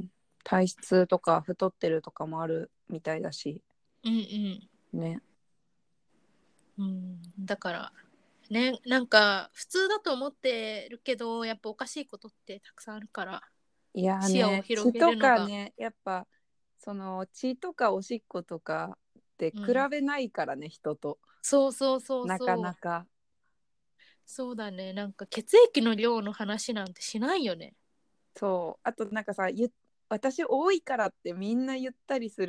体質とか太ってるとかもあるみたいだし、 うんうんね、 うん、だからねなんか普通だと思ってるけどやっぱおかしいことってたくさんあるから、 いやね、視野を広げるのが血とかねやっぱその血とかおしっことかって比べないからね、うん、人とそうそうそうそうなかなかそうだね、なんか血液の量の話なんてしないよね。 そうあとなんかさ私多いからってみんな言ったりする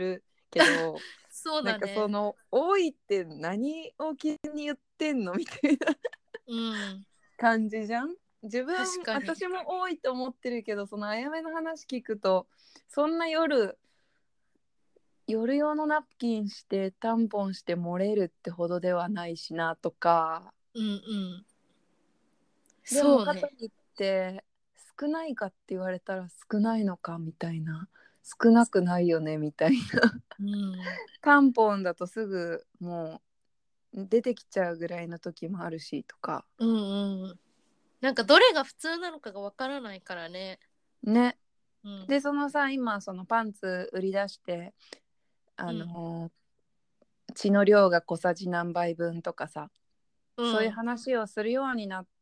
けどなんかそうだね。 その多いって何を基準に言ってんのみたいなうん。 感じじゃん。自分確かに。 私も多いと思ってるけど、そのあやめの話聞くとそんな夜夜用のナプキンしてタンポンして漏れるってほどではないしなとか、 うんうん。 でもそうね。 かといって少ないかって言われたら少ないのかみたいな、少なくないよねみたいな。 うん。 タンポンだとすぐもう出てきちゃうぐらいの時もあるしとかうんうん。なんかどれが普通なのかがわからないからね。 ね。 うん。 でそのさ今そのパンツ売り出してあうんのー血の量が小さじ何杯分とかさ、そういううん話をするようになって、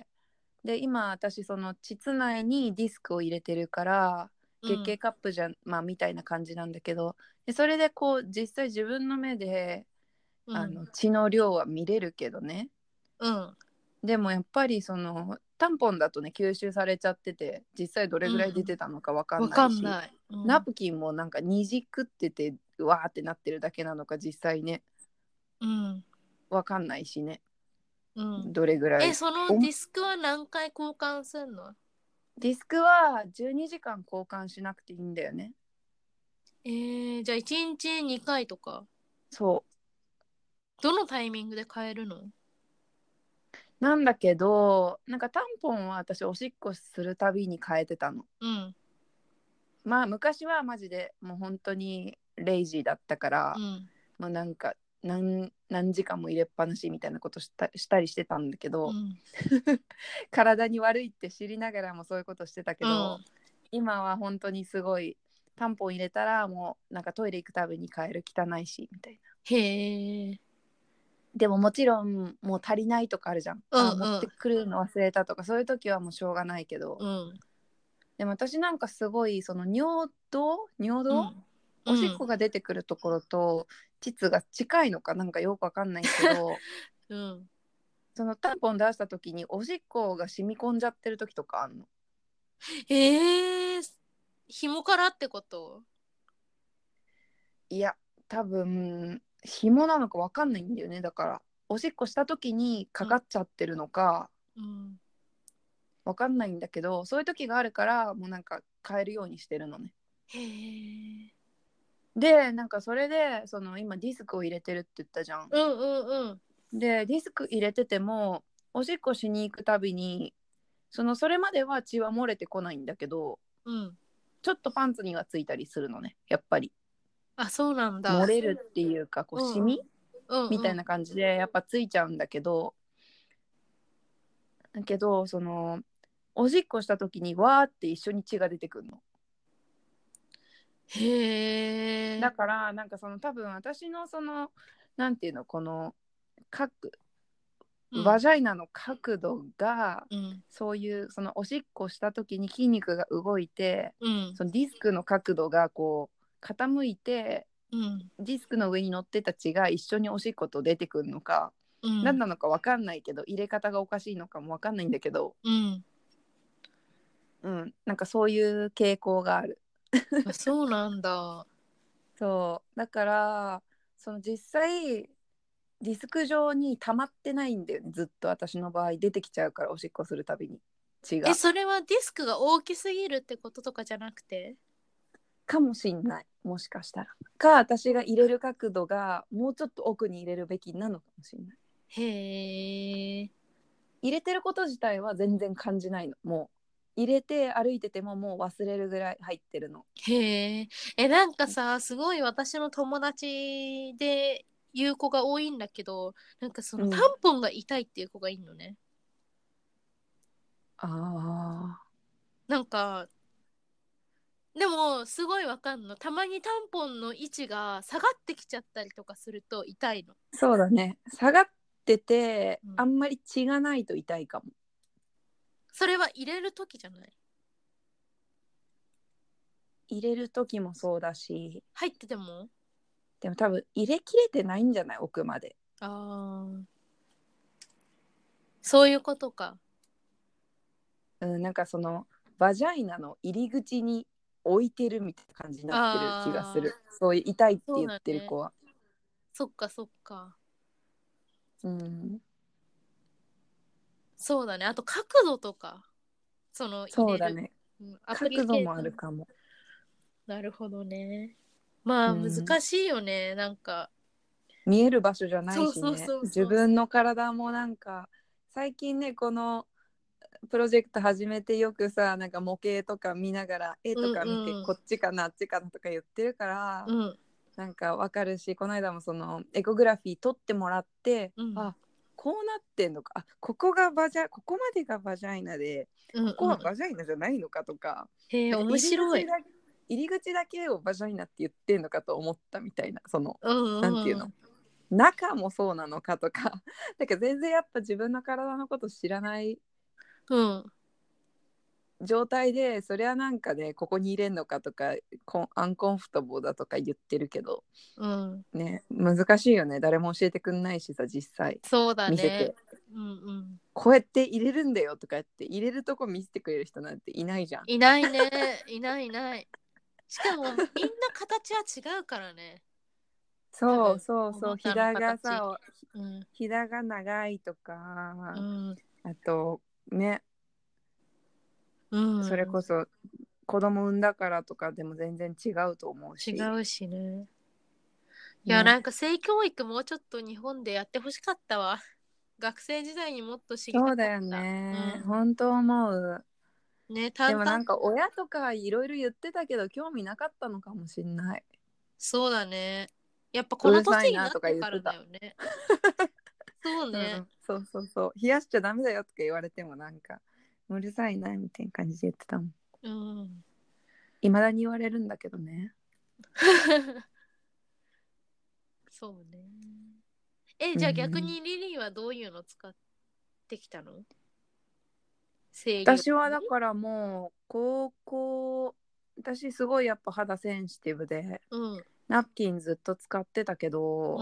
で今私その膣内にディスクを入れてるから月経うんカップじゃまあみたいな感じなんだけど、でそれでこう実際自分の目でうんあの血の量は見れるけどね、 うんでもやっぱりそのタンポンだとね吸収されちゃってて実際どれぐらい出うんてたのか分かんわないし、 かんない。うん。 ナプキンもなんかにじくっててうわーってなってるだけなのか実際ねうん分かんないしね、 うん。え、 どれぐらいそのおディスクは何回交換すんの？ ディスクはじゅうにじかん交換しなくていいんだよね。 えー、じゃあいちにちにかいとか。 そどのタイミングで変えるの？ うなんだけどなんかタンポンは私おしっこするたびに変えてたの。 うん。 まあ昔はマジでもう本当にレイジーだったから、 うん。 もうなんか何、何時間も入れっぱなしみたいなことした、したりしてたんだけど、 うん。 体に悪いって知りながらもそういうことしてたけど、 うん。 今は本当にすごいタンポン入れたらもうなんかトイレ行くたびに変える、汚いしみたいな。 へえ。 でももちろんもう足りないとかあるじゃん、 うんあ持ってくるの忘れたとか、そういう時はもうしょうがないけど、 うん。 でも私なんかすごいその尿道尿道、 うん。うおしっん。 こが出てくるところと膣が近いのかなんかよくわかんないけどうん。 そのタンポン出した時におしっこが染み込んじゃってる時とかあんの。 えー、紐からってこと？ いや多分紐なのかわかんないんだよね。だからおしっこした時にかかっちゃってるのかうん。 わかんないんだけど、そういう時があるからもうなんか変えるようにしてるのね。 へえ。 でなんかそれでその今ディスクを入れてるって言ったじゃん。 うんうんうん。 でディスク入れててもおしっこしに行くたびにそのそれまでは血は漏れてこないんだけど、 うん。 ちょっとパンツにはついたりするのね、やっぱり。 あ、そうなんだ。 漏れるっていうかこううんうん。 シミうんみたいなうん。 感じでやっぱついちゃうんだけど、だけどそのおしっこした時にわーって一緒に血が出てくるの。 へえ。 だからなんかその多分私のそのなんていうのこの各うんバジャイナの角度が、 うんそういうそのおしっこした時に筋肉が動いて、 うんそのディスクの角度がこう傾いてうんディスクの上に乗ってた血が一緒におしっこと出てくるのか、 うん何なのか分かんないけど、入れ方がおかしいのかも分かんないんだけど、 うん。 うん、なんかそういう傾向がある。 あ、そうなんだ。 そうだからその実際ディスク上に溜まってないんだよね、ずっと。私の場合出てきちゃうからおしっこするたびに血え、 が。 それはディスクが大きすぎるってこととかじゃなくて？ かもしんない、もしかしたら。か私が入れる角度がもうちょっと奥に入れるべきなのかもしんない。 へえ。 入れてること自体は全然感じないの。もう入れて歩いててももう忘れるぐらい入ってるの。 へえ。え、なんかさ、すごい私の友達で言う子が多いんだけど、なんかそのタンうん、 ポンが痛いっていう子がいるのね。 あなんか、でもすごいわかんの。たまにタンポンの位置が下がってきちゃったりとかすると痛いの。 ーそうだね、下がってて、 うん、 あんまり血がないと痛いかも。 それは入れる時じゃない？ 入れる時もそうだし、 入ってても？ でも多分入れきれてないんじゃない、奥まで。 ああ、そういうことか。 うん、なんかそのバジャイナの入り口に置いてるみたいな感じになってる気がする。そういう痛いって言ってる子は。 そっかそっか。 うん。 そうだね。あと角度とか、その入れる。 そうだね。 うん、アプリケーション角度もあるかも。 なるほどね。まあ、 うん難しいよね。なんか。 見える場所じゃないしね。 そうそうそうそう自分の体もなんか最近ねこのプロジェクト始めてよくさなんか模型とか見ながら絵とか見て、 うんうん、 こっちかなあっちかなとか言ってるから、 うん、 なんかわかるし、この間もそのエコグラフィー撮ってもらって、 うん、 あこうなってんのか、あここがバジャここまでがバジャイナで、 うん、 ここはバジャイナじゃないのかとか、 へえ、 なんか面白い。 入り口だ入り口だけをバジャイナって言ってんのかと思ったみたいな、その、 うんうん、 なんていうの、中もそうなのかとかだから全然やっぱ自分の体のこと知らないうん、 状態で、それはなんかねここに入れんのかとかアンコンフォタボーだとか言ってるけど、 うん、 ね難しいよね。誰も教えてくんないしさ、実際そうだ見せて、 ね。うんうん。 こうやって入れるんだよとかやって入れるとこ見せてくれる人なんていないじゃん。 いないね。いないいない。しかもみんな形は違うからね。 そうそうそう、ひだが形さ、 うん、 ひだが長いとか、 うん、 あとね、 うん、 それこそ子供産んだからとかでも全然違うと思うし。 違うしね。いや、 ね、 なんか性教育もうちょっと日本でやってほしかったわ。学生時代にもっと知りたかった。 そうだよね、 うん、 本当思う。 ね、淡々 でもなんか親とかいろいろ言ってたけど興味なかったのかもしんない。 そうだね。やっぱこうのるさいなと年になってか言ってた。 からだよね。そうね。 うん、そうそうそう、冷やしちゃダメだよとか言われてもなんかうるさいなみたいな感じで言ってたもん。 うん。 いまだに言われるんだけどね。 そうね。え、じゃあ逆にリリーはどういうの使ってきたの？制御。 私はだからもう高校、私すごいやっぱ肌センシティブで、 うん。 ナプキンずっと使ってたけど、 うん。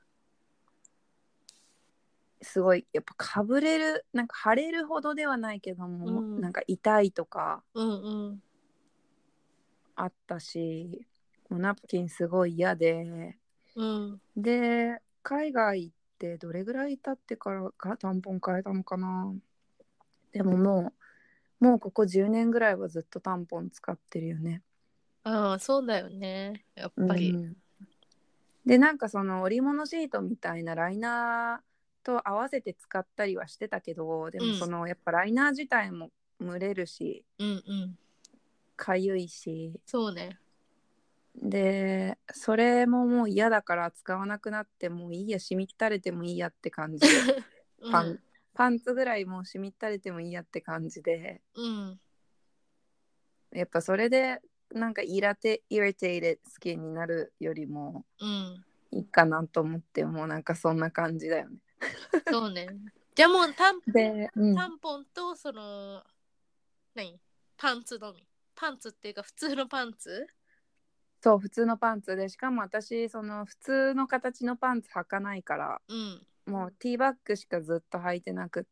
すごいやっぱかぶれる、なんか腫れるほどではないけども、 うん、 なんか痛いとかうんうんあったし、もうナプキンすごい嫌で、 うん。 で海外行ってどれぐらい経ってからかタンポン変えたのかな。でももうもうここじゅうねんぐらいはずっとタンポン使ってるよね。 ああ、そうだよね。やっうぱり。 ん、でなんかその織物シートみたいなライナーと合わせて使ったりはしてたけど、でもそのやっぱライナー自体も蒸れるしうんうん。 かゆいし、 そうね。 でそれももう嫌だから使わなくなって、もういいや、しみったれてもいいやって感じでうパン、 ん。 パンツぐらいもうしみったれてもいいやって感じで、 うん。 やっぱそれでなんかイラテイリテイレスキンになるよりもうん。 いいかなと思って、もうなんかそんな感じだよね。 そうね。じゃあもうタンで、うん、 タンポンとその何パンツのみ。パンツっていうか普通のパンツ？ そう普通のパンツで、しかも私その普通の形のパンツ履かないから、 うん。 もうティーバッグしかずっと履いてなくって、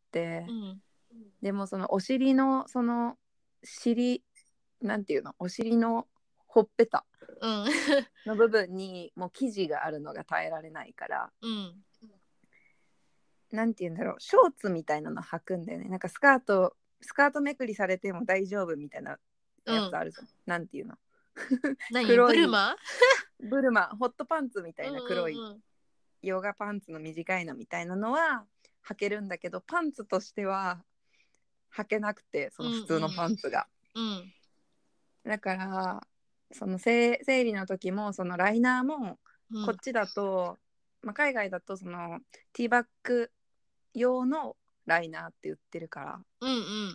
うん。 でもそのお尻のその尻、なんていうの、お尻のほっぺたうん。 の部分にもう生地があるのが耐えられないから、 うん。 なんていうんだろう、ショーツみたいなの履くんだよね。なんかスカートスカートめくりされても大丈夫みたいなやつあるじゃん、うん、なんていうの何黒いブルマ？ ブルマ、ホットパンツみたいな黒いうんうんうん、 ヨガパンツの短いのみたいなのは履けるんだけど、パンツとしては履けなくて、その普通のパンツが、 うんうん、 だからその生理の時もそのライナーもこっちだと、うん、まあ、海外だとそのティーバッグ用のライナーって売ってるから、 うんうん、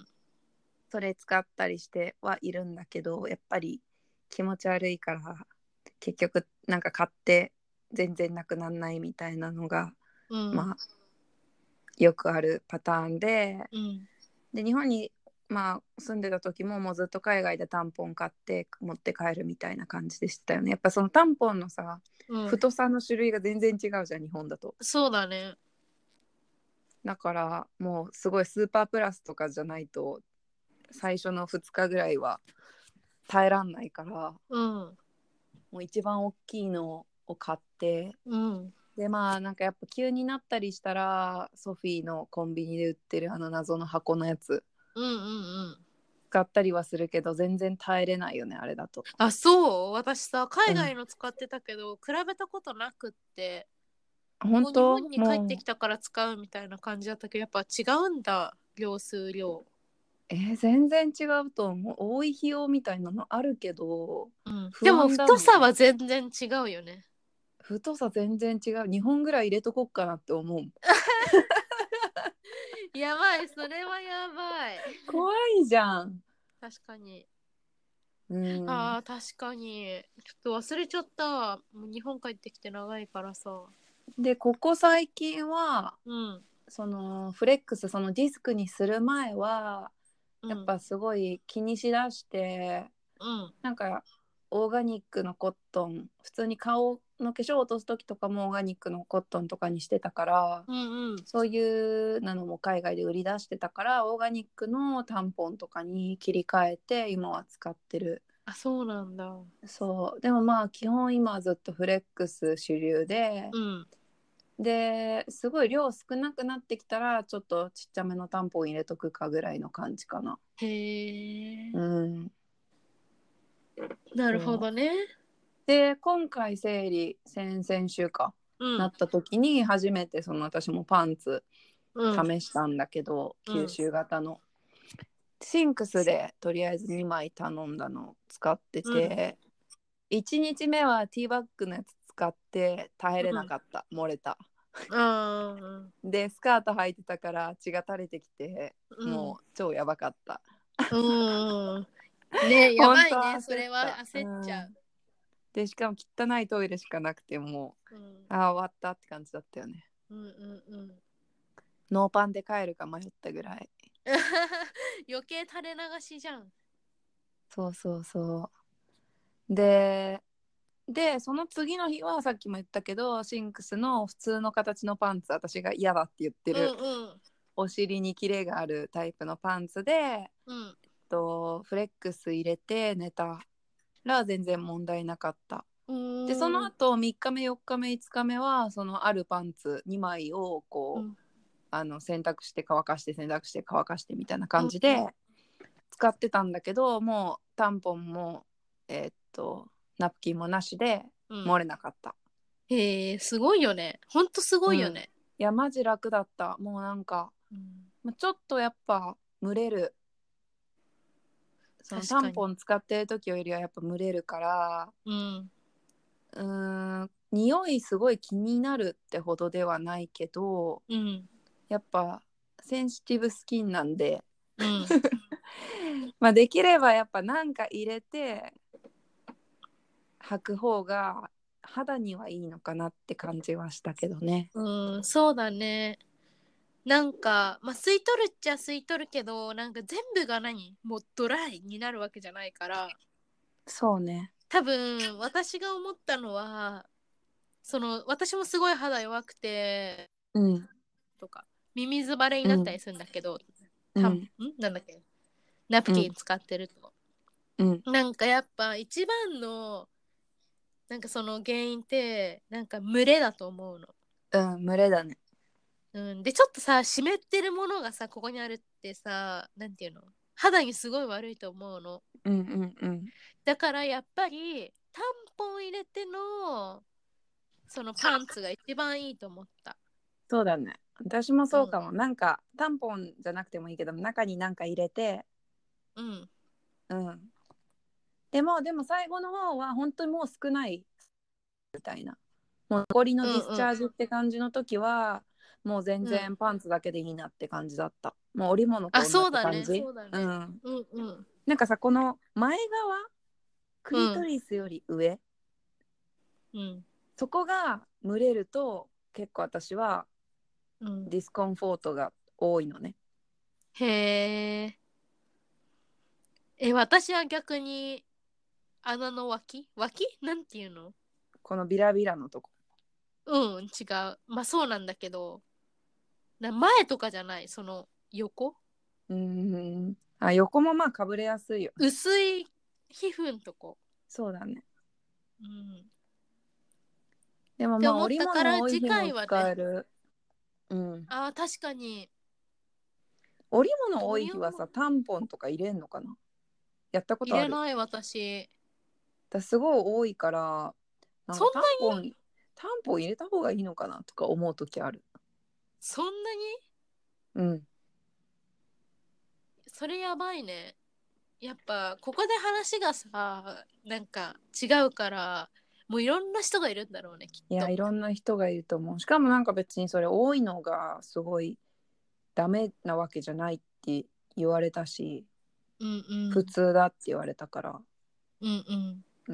それ使ったりしてはいるんだけど、やっぱり気持ち悪いから結局なんか買って全然なくなんないみたいなのが、うん、まあよくあるパターンで、うん、で日本にまあ住んでた時ももうずっと海外でタンポン買って持って帰るみたいな感じでしたよね。やっぱそのタンポンのさ、うん、太さの種類が全然違うじゃん、日本だと。 そうだね。 だからもうすごいスーパープラスとかじゃないと最初のふつかぐらいは耐えらんないから、 うん。 もう一番大きいのを買って、 うん。 でまあなんかやっぱ急になったりしたらソフィーのコンビニで売ってるあの謎の箱のやつうんうんうん。 使ったりはするけど全然耐えれないよねあれだと。 あ、そう私さ、海うん外の使ってたけど、比べたことなくって、もう日本当本に帰ってもうきたから使うみたいな感じだったけど、やっぱ違うんだ、量数量。 えー全然違うと思う。多い費用みたいなのあるけどうん。で不も安だもん。 太さは全然違うよね。 太さ全然違う。にほんぐらい入れとこっかなって思う。 やばい、それはやばい。 怖いじゃん。 確かに。 うん、 ああ、確かに。ちょっと忘れちゃった。もう日本帰ってきて長いからさ。 でここ最近はうん。 そのフレックスそのディスクにする前はうん。 やっぱすごい気にしだして、 うん。 なんかオーガニックのコットン普通に顔の化粧落とす時とかもオーガニックのコットンとかにしてたから、 うんうん。 そういうのも海外で売り出してたからオーガニックのタンポンとかに切り替えて今は使ってる。 あ、そうなんだ。 そうでもまあ基本今はずっとフレックス主流で、 うん。 ですごい量少なくなってきたらちょっとちっちゃめのタンポン入れとくかぐらいの感じかな。 へえ。 うんなるほどね。 で今回生理先々週か、 うん。 なった時に初めてその私もパンツうん。 試したんだけど、 うん吸収型のシンクスでとりあえずにまい頼んだのを使ってて、うん、いちにちめはティーバッグのやつ使って耐えれなかった、うん、漏れた。 あでスカート履いてたから血が垂れてきて、 うん、 もう超やばかった。 うんね、やばいね、それは焦っちゃう、うん、 でしかも汚いトイレしかなくてもう、うん、ああ終わったって感じだったよね。うんうんうん。ノーパンで帰るか迷ったぐらい余計垂れ流しじゃん。 そうそうそうででその次の日はさっきも言ったけどシンクスの普通の形のパンツ、私が嫌だって言ってる、うんうん、お尻にキレがあるタイプのパンツで、うん、えっと、フレックス入れて寝たら全然問題なかった。でその後みっかめよっかめいつかめはそのあるパンツにまいをこう、うん、あの洗濯して乾かして洗濯して乾かしてみたいな感じで使ってたんだけど、もうタンポンもえー、っとナプキンもなしで漏れなかった、 うん、へえすごいよね、ほんとすごいよね、 うん、いやマジ楽だった。もうなんか、うん、ちょっとやっぱ蒸れる、そのタンポン使ってる時よりはやっぱ蒸れるから、うん、うーん匂いすごい気になるってほどではないけど、うん、やっぱセンシティブスキンなんで、うん、まあできればやっぱなんか入れて履く方が肌にはいいのかなって感じはしたけどね。 うん、そうだね。なんか、まあ、吸い取るっちゃ吸い取るけど、なんか全部が何もうドライになるわけじゃないから。 そうね。 多分私が思ったのは、その私もすごい肌弱くて、うん、とかミミズバレになったりするんだけど、うん、たんなんだっけナプキン使ってると、うん、なんかやっぱ一番のなんかその原因ってなんか群れだと思うの。 うん、群れだね。 うん、でちょっとさ湿ってるものがさここにあるってさ、なんていうの、肌にすごい悪いと思うの。 うんうんうん。 だからやっぱりタンポン入れてのそのパンツが一番いいと思った。 そうだね。私もそうかも、うん、なんかタンポンじゃなくてもいいけど中になんか入れて、うんうんでもでも最後の方は本当にもう少ないみたいな、もう残りのディスチャージって感じの時は、うんうん、もう全然パンツだけでいいなって感じだった、うん、もう織物と同じ感じ。あ、そうだね、そうだね、うん、うんうん。なんかさこの前側クリトリスより上、うん、そこが蒸れると結構私はディスコンフォートが多いのね、 うん、へえ。え、私は逆に穴の脇脇なんていうの、 このビラビラのとこ。 うん、違う。まあそうなんだけど、な前とかじゃない、その横。 うーん、あ、横もまあかぶれやすいよ。 薄い皮膚んとこ。 そうだね。 うん。 でもって思っまあ織たから次物多い日も回はね。 使える。うん。 あー確かに。 織物多い織物日はさ、タンポンとか入れんのかな？やったことある？ 入れない私。 だすごい多いから、なんかそんなタンポン、タンポン入れた方がいいのかなとか思うときある。 そんなにうん。 それやばいね。やっぱここで話がさ、なんか違うから、もういろんな人がいるんだろうね、きっいや、 と。 いろんな人がいると思う。しかもなんか別にそれ多いのがすごいダメなわけじゃないって言われたし、 うんうん。 普通だって言われたから。 うんうん。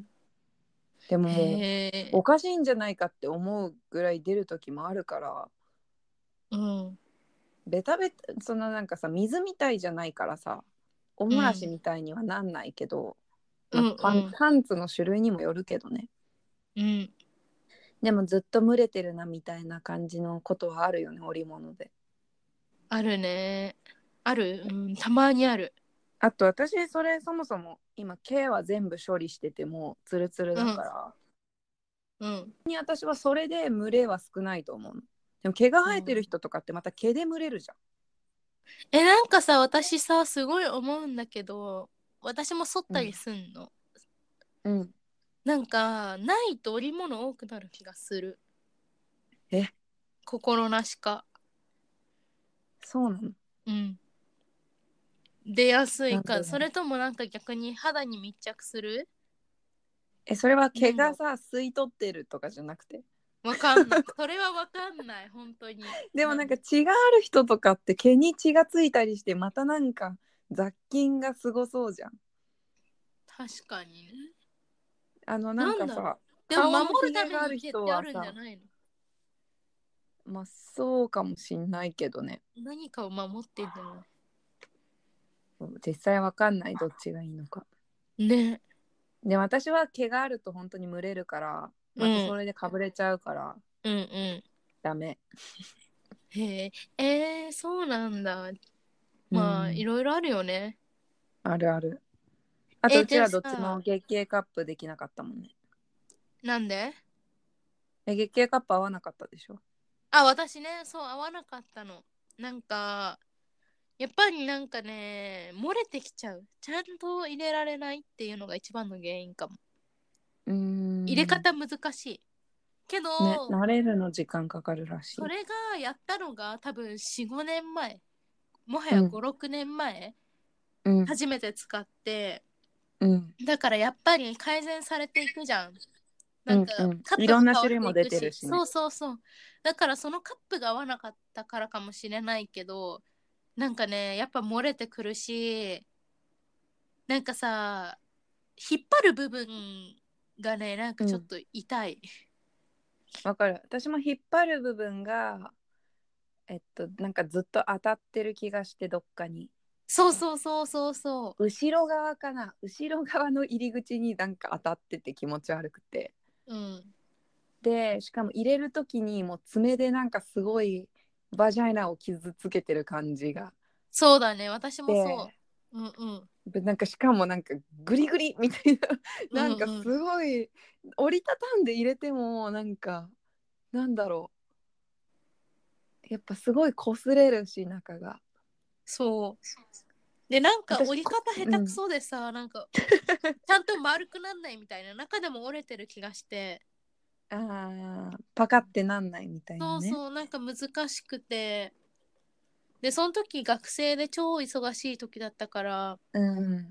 でもうん。 もう、 へえ。 おかしいんじゃないかって思うぐらい出る時もあるから、 うん。 ベタベタ、そのなんかさ、水みたいじゃないからさ、おもらしみたいにはなんないけど、 うんまあ、パン、 うん。 パンツの種類にもよるけどね。 うん。 でもずっと蒸れてるなみたいな感じのことはあるよね、織物で。 あるね。ある、うん、たまにある。 あと私それそもそも今毛は全部処理しててもツルツルだから、 うん。 に私はそれで蒸れは少ないと思うの。でも毛が生えてるうん、 人とかってまた毛で蒸れるじゃん。 え、なんかさ、私さ、すごい思うんだけど、私も剃ったりうん。 すんの。 うん。 なんか、ないと織物多くなる気がする。 え、 心なしか。 そうなの？ うん。出やすいか、 なんでだろう。 それともなんか逆に肌に密着する。 え、それは毛がなんだろさ吸い取ってるとかじゃなくて。 う。わかんない。それはわかんない。本当に。 でもななんか血がある人とかって毛に血がついたりしてまたなんか雑菌がすごそうじゃん。 確かにね。 あのなんなんだろう。 かさ、 でも顔のひ守るたげがあるめに毛ってあるんじゃ人はさ、 ないの？ まあそうかもしんないけどね。 何かを守ってんじゃな実際わかんないどっちがいいのか。 いね。 で私は毛があると本当に蒸れるからまたそうん。 れでかぶれちゃうからうんうん。 ダメ。 へえ、えー、そうなんだ。 うまあ、いん、 ろいろあるよね。 あるある。あとえ、 うちでらどっちもさ、 月経カップできなかったもんね。 なんで？ え、月経カップ合わなかったでしょ？ あ、私ね、そう、合わなかったの。なんか、やっぱりなんかね、漏れてきちゃう。ちゃんと入れられないっていうのが一番の原因かも。 うー入れん。 方難しい。けね、 ど、 慣れるの時間かかるらしい。 それがやったのが多分よん、ごねんまえ。もはやうんご、ろくねんまえ。 うん初めて使って、 うんだからやっぱり改善されていくじゃん。なんかうんうん。 カッいろんなプも変わっ種類も出ていくし、 てるしね。 そうそうそう。だからそのカップが合わなかったからかもしれないけど、なんかね、やっぱ漏れてくるし、なんかさ、引っ張る部分がね、なんかちょっと痛い。 わかる。私も引っ張る部分がえっとなんかずっと当たってる気がしてどっかに。 そうそうそうそうそ後ろ側かな、後ろ側の入り口になんか当たってて気持ち悪くて、 う。うん。 でしかも入れる時にもう爪でなんかすごいバジャイナを傷つけてる感じがそうだね、私もそで、 う。うんうん。 でなんかしかもなんかグリグリみたいななんかすうんうん。 ごい折りたたんで入れてもなんかなんだろう、やっぱすごい擦れるし中が。 そう。で、なんか私こ折り方下うん、 手くそでさ、なんかちゃんと丸くなんないみたいな、中でも折れてる気がして。 あーパカってなんないみたいなね。 そうそう、なんか難しくて。で、その時学生で超忙しい時だったから、 うん、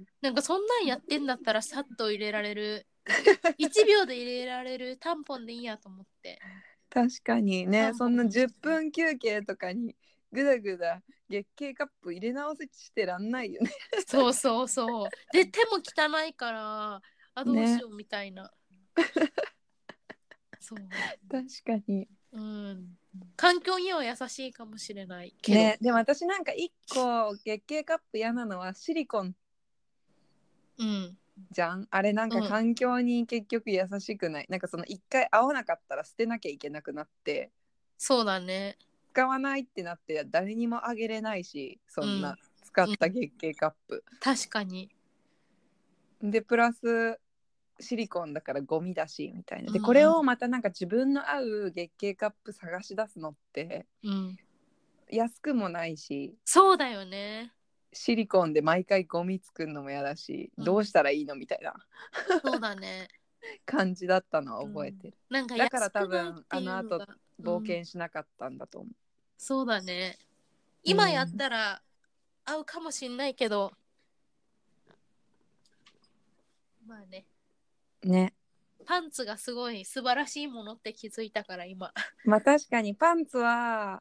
なんかそんなんやってんだったらさっと入れられる。いちびょうで入れられるタンポンでいいやと思って。 確かにタンポンね、そんな10 にしてる。 分休憩とかにぐだぐだ月経カップ入れ直ししてらんないよね。 そうそうそう。で、手も汚いから、あ、どうしね、 ようみたいな。そう。 確かに。 うん。環境には優しいかもしれないけど。 ね、でも私なんか一個月経カップ嫌なのはシリコンうん。 じゃん。あれなんかうん。 環境に結局優しくない。なんかその一回合わなかったら捨てなきゃいけなくなってそうだね。 使わないってなって誰にもあげれないし、そんなうん。 使っうん。 た月経カップ。 確かに。 でプラスシリコンだからゴミだしみたいな。でうんうんこれをまたなんか自分の合う月経カップ探し出すのってうん、 安くもないし、 そうだよね。 シリコンで毎回ゴミ作るのも嫌だし、 うんどうしたらいいのみたいなそうだね。 感じだったのは覚えてる、 うん、なんかだから多安くないっ分ていうのあの後が、 冒うん、 険しなかったんだと思そうだね。 う、 今やったら合うかもしんないけど、まあね、 うん、ね。 パンツがすごい素晴らしいものって気づいたから今。 まあ確かにパンツは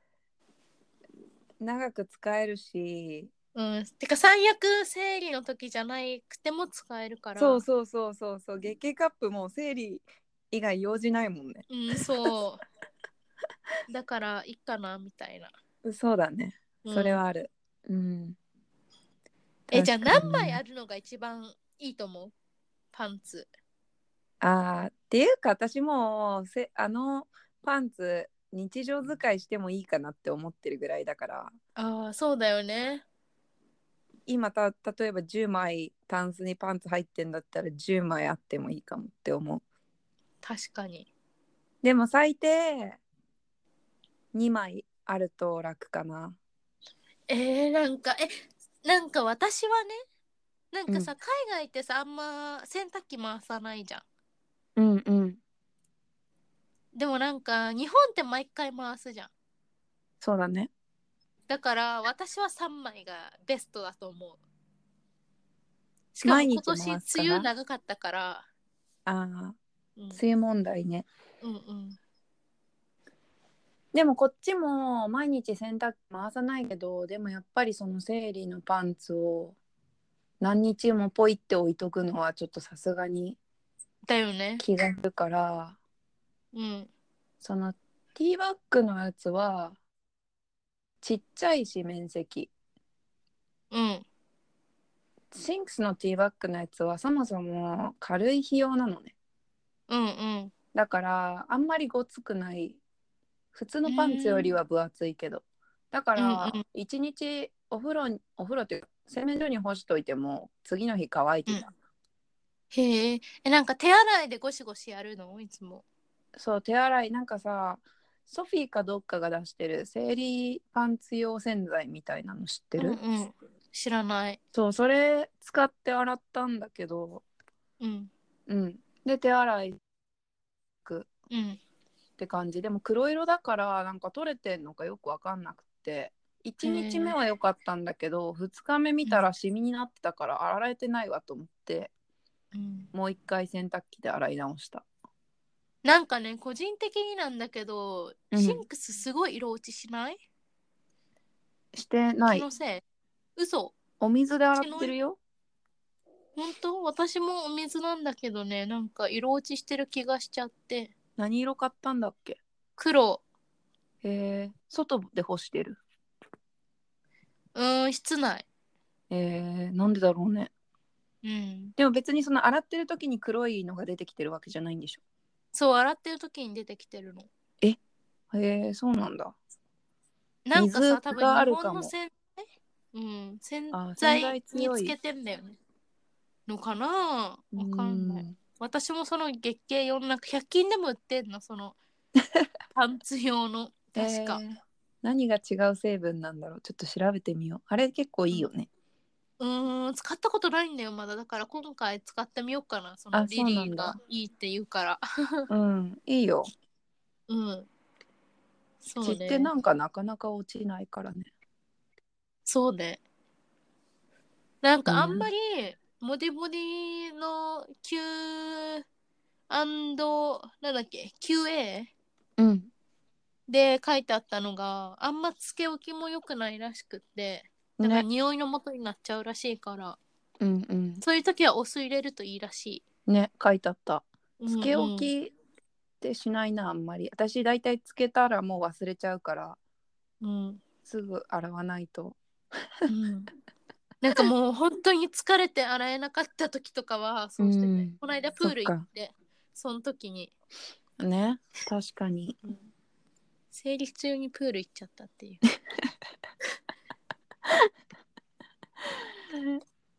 長く使えるし、 うん、てか最悪生理の時じゃなくても使えるから。 そうそうそうそうそう、月経カップも生理以外用事ないもんね。 うん、そうだからいいかなみたいな。 そうだね、 うん、 それはある。うん、 え、じゃあ何確かにね。 枚あるのが一番いいと思う？パンツ。 あーっていうか私もせあのパンツ日常使いしてもいいかなって思ってるぐらいだから、 ああ、そうだよね。 今た例えばじゅうまいタンスにパンツ入ってんだったらじゅうまいあってもいいかもって思う。 確かに。 でも最低にまいあると楽かな。 えー、なんか、え、なんか私はね、なんかさ、 うん海外ってさ、あんま洗濯機回さないじゃん。 うんうん、 でもなんか、日本って毎回回すじゃん。 そうだね。 だから私はさんまいがベストだと思う。しかも毎日今年回すから、 梅雨長かったから、 ああうん、 梅雨問題ね。 うんうんでもこっちも毎日洗濯機回さないけど、でもやっぱりその生理のパンツを何日もポイって置いとくのはちょっとさすがにだよね。 気がするから、 うん。 そのティーバッグのやつはちっちゃいし面積、 うんシンクスのティーバッグのやつはそもそも軽い費用なのね。 うんうんだからあんまりごつくない、普通のパンツよりは分厚いけど、だかうんうらん一日お風呂にお風呂っていうか洗面所に干しといても次の日乾いてた、 うん。へえ。え、なんか手洗いでゴシゴシやるのいつも？ そう手洗い、なんかさソフィーかどっかが出してる生理パンツ用洗剤みたいなの知ってうんる？ うん。知らない。 そうそれ使って洗ったんだけど、 うんうんで手洗いくうんって感じでも黒色だからなんか取れてんのかよく分かんなくて、いちにちめは良かったんだけどふつかめ見たらシミになってたから洗えてないわと思ってうん。 もう一回洗濯機で洗い直した。 なんかね、個人的になんだけど、 うんシンクスすごい色落ちしない？ してない。 気のせい？嘘？ お水で洗ってるよ。 本当？私もお水なんだけどね、なんか色落ちしてる気がしちゃって。 何色買ったんだっけ？ 黒。 へえ、外で干してる。 うーん、室内。 えー、なんでだろうね。 うん。 でも別にその洗ってる時に黒いのが出てきてるわけじゃないんでしょ？ そう、洗ってる時に出てきてるの。 え、へえ、そうなんだ。水なんかさ、多分があ日るかも。 本の洗剤、うん、洗あ、洗剤剤強いにつけてんだよね。のかな？わうーかんない。 ん私もその月経用のなんかひゃく均でも売ってんの、そのパンツ用の。確か。 えー、何が違う成分なんだろう、ちょっと調べてみよう。あれ結構いいよね。 うーん、使ったことないんだよ、まだ。だから今回使ってみようかな。そのあ、 リそうなんだ。 リーがいいって言うから。 うんいいよ。 うん。そうね。 血ってなんかなかなか落ちないからね。 そうね。なんうんかあんまり、モディモディの Q& なんだっけ キューエーうんで書いてあったのがあんまつけ置きも良くないらしくって、なんかね。 匂いの元になっちゃうらしいから、 うんうんそういう時はお酢入れるといいらしね、書いてあった。 い。 つけ置きってしないな、あんまり。私だいたいつけたらもう忘れちゃうからうんうん、 すぐ洗わないと。 うん、なんかもう本当に疲れて洗えなかった時とかはそうしてて、 うんこの間プール行ってその時に、 ね、確かに。 うん、生理中にプール行っちゃったっていう。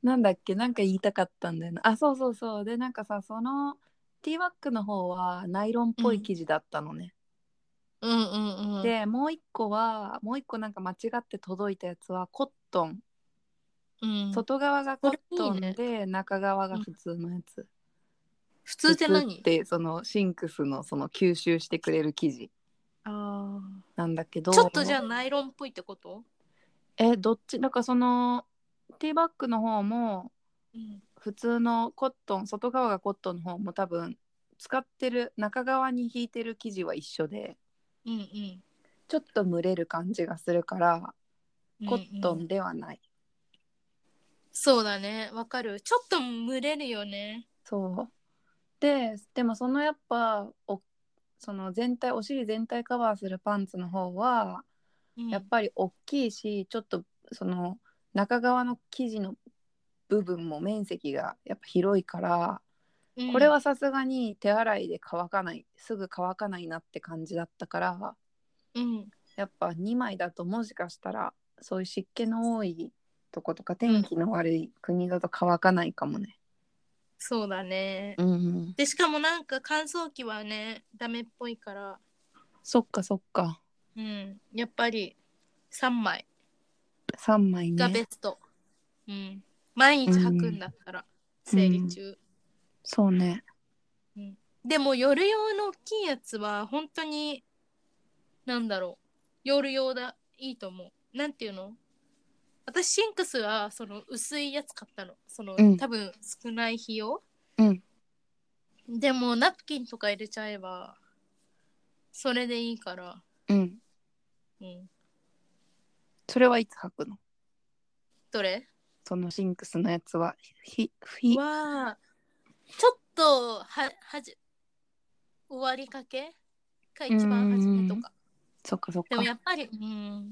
なんだっけ、なんか言いたかったんだよな。あ、そうそうそう。で、なんかさ、そのティーバッグの方はナイロンっぽい生地だったのね。 うんうんうん。 で、もう一個は、もう一個なんか間違って届いたやつはコットン。 うん、 外側がコッこれいいトンね。 で、中側がうん、 普通のやつ。 普通普通っって何？ て、そのシンクスのその吸収してくれる生地ああ。 なんだけど、 ちょっとじゃあナイロンっぽいってこと？ え、どっち、なんかそのティーバッグの方も、 うん。 普通のコットン、外側がコットンの方も多分、使ってる中側に引いてる生地は一緒で、 うんうんちょっと蒸れる感じがするから、 うんコットうん。 ンではない。 そうだね。わかる。ちょっと蒸れるよね。 そう。で、でもそのやっぱ、おその全体、お尻全体カバーするパンツの方は、やっうん。 ぱり大きいし、ちょっとその中側の生地の部分も面積がやっぱ広いから、 うん。 これはさすがに手洗いで乾かない、すぐ乾かないなって感じだったから、 うん。 やっぱにまいだともしかしたらそういう湿気の多いとことかうん。 天気の悪い国だと乾かないかもね。 そうだね。 うん、うん、 で、しかもなんか乾燥機はね、ダメっぽいから、 そっかそっか。 うん。やっぱりさんまいさんまいがベね。 スト。うん。毎日履くんだったら、 うん、 生理中。 そうね。 うん。でも夜用の大きいやつは本当に、なんだろう。夜用だ。いいと思う。なんていうの？私、シンクスはその薄いやつ買ったの。そのうん多分少ない費用。 うん。 でもナプキンとか入れちゃえば、それでいいから。 うん。 うん。 それはいつ履くの？ どれそのシンクスのやつはひひは、ちょっとは、はじ、終わりかけかうー一番初めとん、 か。 そっかそっでもか。 やっぱり、うん、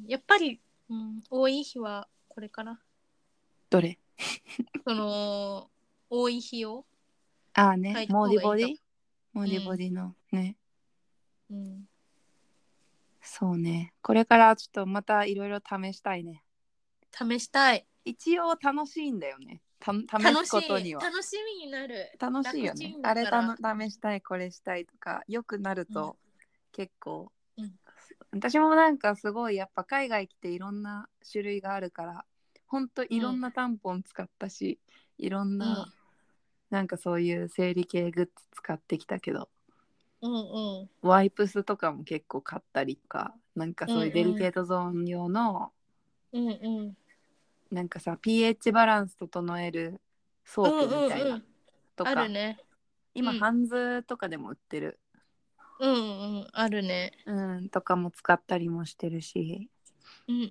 やっぱり、うん、多い日はこれかな。 どれ？ その、多い日をああね、 書いたモー方がいいとディボディモーディボ思う。 ディのね。 うん。うん。 そうね。これからちょっとまたいろいろ試したいね。 試したい。 一応楽しいんだよね。た試す楽しい。 ことには。 楽しみになる。 楽しいよね。 楽ちんあれたのだから。 試したい、これしたいとか、よくなるうん。 と結構、 うん。 私もなんかすごいやっぱ海外来ていろんな種類があるから、ほんといろんなタンポン使ったし、いろんうん。 ななんかそういう生理系グッズ使ってきたけど、 うんうん。 ワイプスとかも結構買ったりとか、なんかうんそういうデリうん。 ケートゾーン用のうんうん。 なんかさ pH バランス整えるソープうんうみたいなんうん。 とか、 あるね。う今ハん。 ンズとかでも売ってる、 うんうん。あるね。 うんとかも使ったりもしてるし、 うんうん。